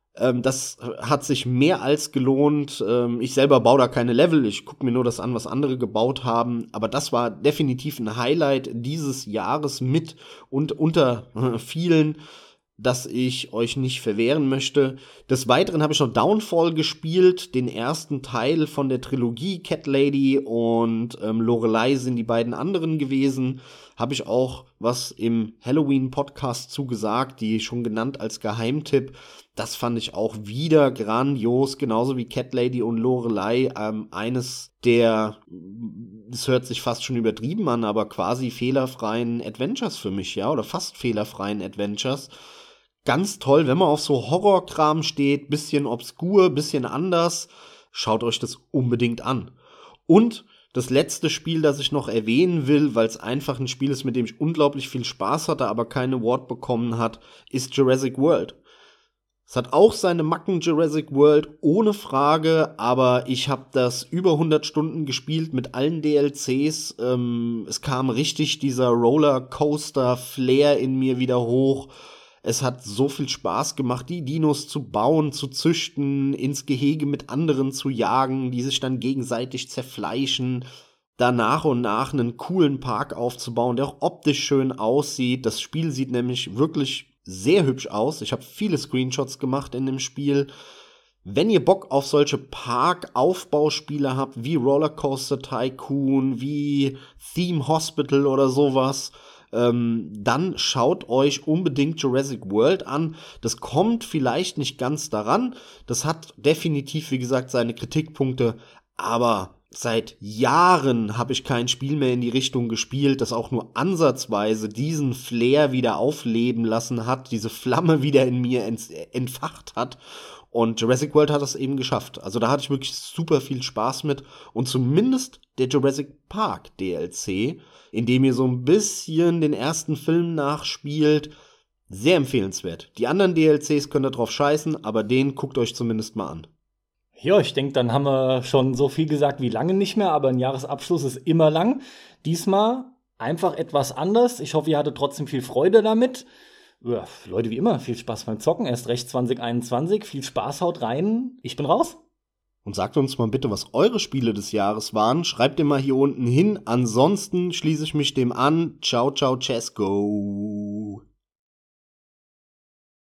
Das hat sich mehr als gelohnt. Ich selber baue da keine Level, ich gucke mir nur das an, was andere gebaut haben. Aber das war definitiv ein Highlight dieses Jahres mit und unter vielen, das ich euch nicht verwehren möchte. Des Weiteren habe ich noch Downfall gespielt, den ersten Teil von der Trilogie. Cat Lady und Lorelei sind die beiden anderen gewesen. Habe ich auch was im Halloween-Podcast zugesagt, die schon genannt als Geheimtipp. Das fand ich auch wieder grandios, genauso wie Cat Lady und Lorelei. Eines der, das hört sich fast schon übertrieben an, aber quasi fehlerfreien Adventures für mich, ja, oder fast fehlerfreien Adventures. Ganz toll, wenn man auf so Horrorkram steht, bisschen obskur, bisschen anders, schaut euch das unbedingt an. Und das letzte Spiel, das ich noch erwähnen will, weil es einfach ein Spiel ist, mit dem ich unglaublich viel Spaß hatte, aber keinen Award bekommen hat, ist Jurassic World. Es hat auch seine Macken, Jurassic World, ohne Frage, aber ich habe das über 100 Stunden gespielt mit allen DLCs. Es kam richtig dieser Rollercoaster-Flair in mir wieder hoch. Es hat so viel Spaß gemacht, die Dinos zu bauen, zu züchten, ins Gehege mit anderen zu jagen, die sich dann gegenseitig zerfleischen, da nach und nach einen coolen Park aufzubauen, der auch optisch schön aussieht. Das Spiel sieht nämlich wirklich sehr hübsch aus. Ich habe viele Screenshots gemacht in dem Spiel. Wenn ihr Bock auf solche Park-Aufbauspiele habt, wie Rollercoaster Tycoon, wie Theme Hospital oder sowas, dann schaut euch unbedingt Jurassic World an. Das kommt vielleicht nicht ganz daran. Das hat definitiv, wie gesagt, seine Kritikpunkte, aber seit Jahren habe ich kein Spiel mehr in die Richtung gespielt, das auch nur ansatzweise diesen Flair wieder aufleben lassen hat, diese Flamme wieder in mir entfacht hat. Und Jurassic World hat das eben geschafft. Also da hatte ich wirklich super viel Spaß mit. Und zumindest der Jurassic Park DLC, in dem ihr so ein bisschen den ersten Film nachspielt, sehr empfehlenswert. Die anderen DLCs könnt ihr drauf scheißen, aber den guckt euch zumindest mal an. Ja, ich denke, dann haben wir schon so viel gesagt wie lange nicht mehr, aber ein Jahresabschluss ist immer lang. Diesmal einfach etwas anders. Ich hoffe, ihr hattet trotzdem viel Freude damit. Ja, Leute, wie immer, viel Spaß beim Zocken. Erst recht 2021. Viel Spaß, haut rein. Ich bin raus. Und sagt uns mal bitte, was eure Spiele des Jahres waren. Schreibt ihr mal hier unten hin. Ansonsten schließe ich mich dem an. Ciao, ciao, Cesco.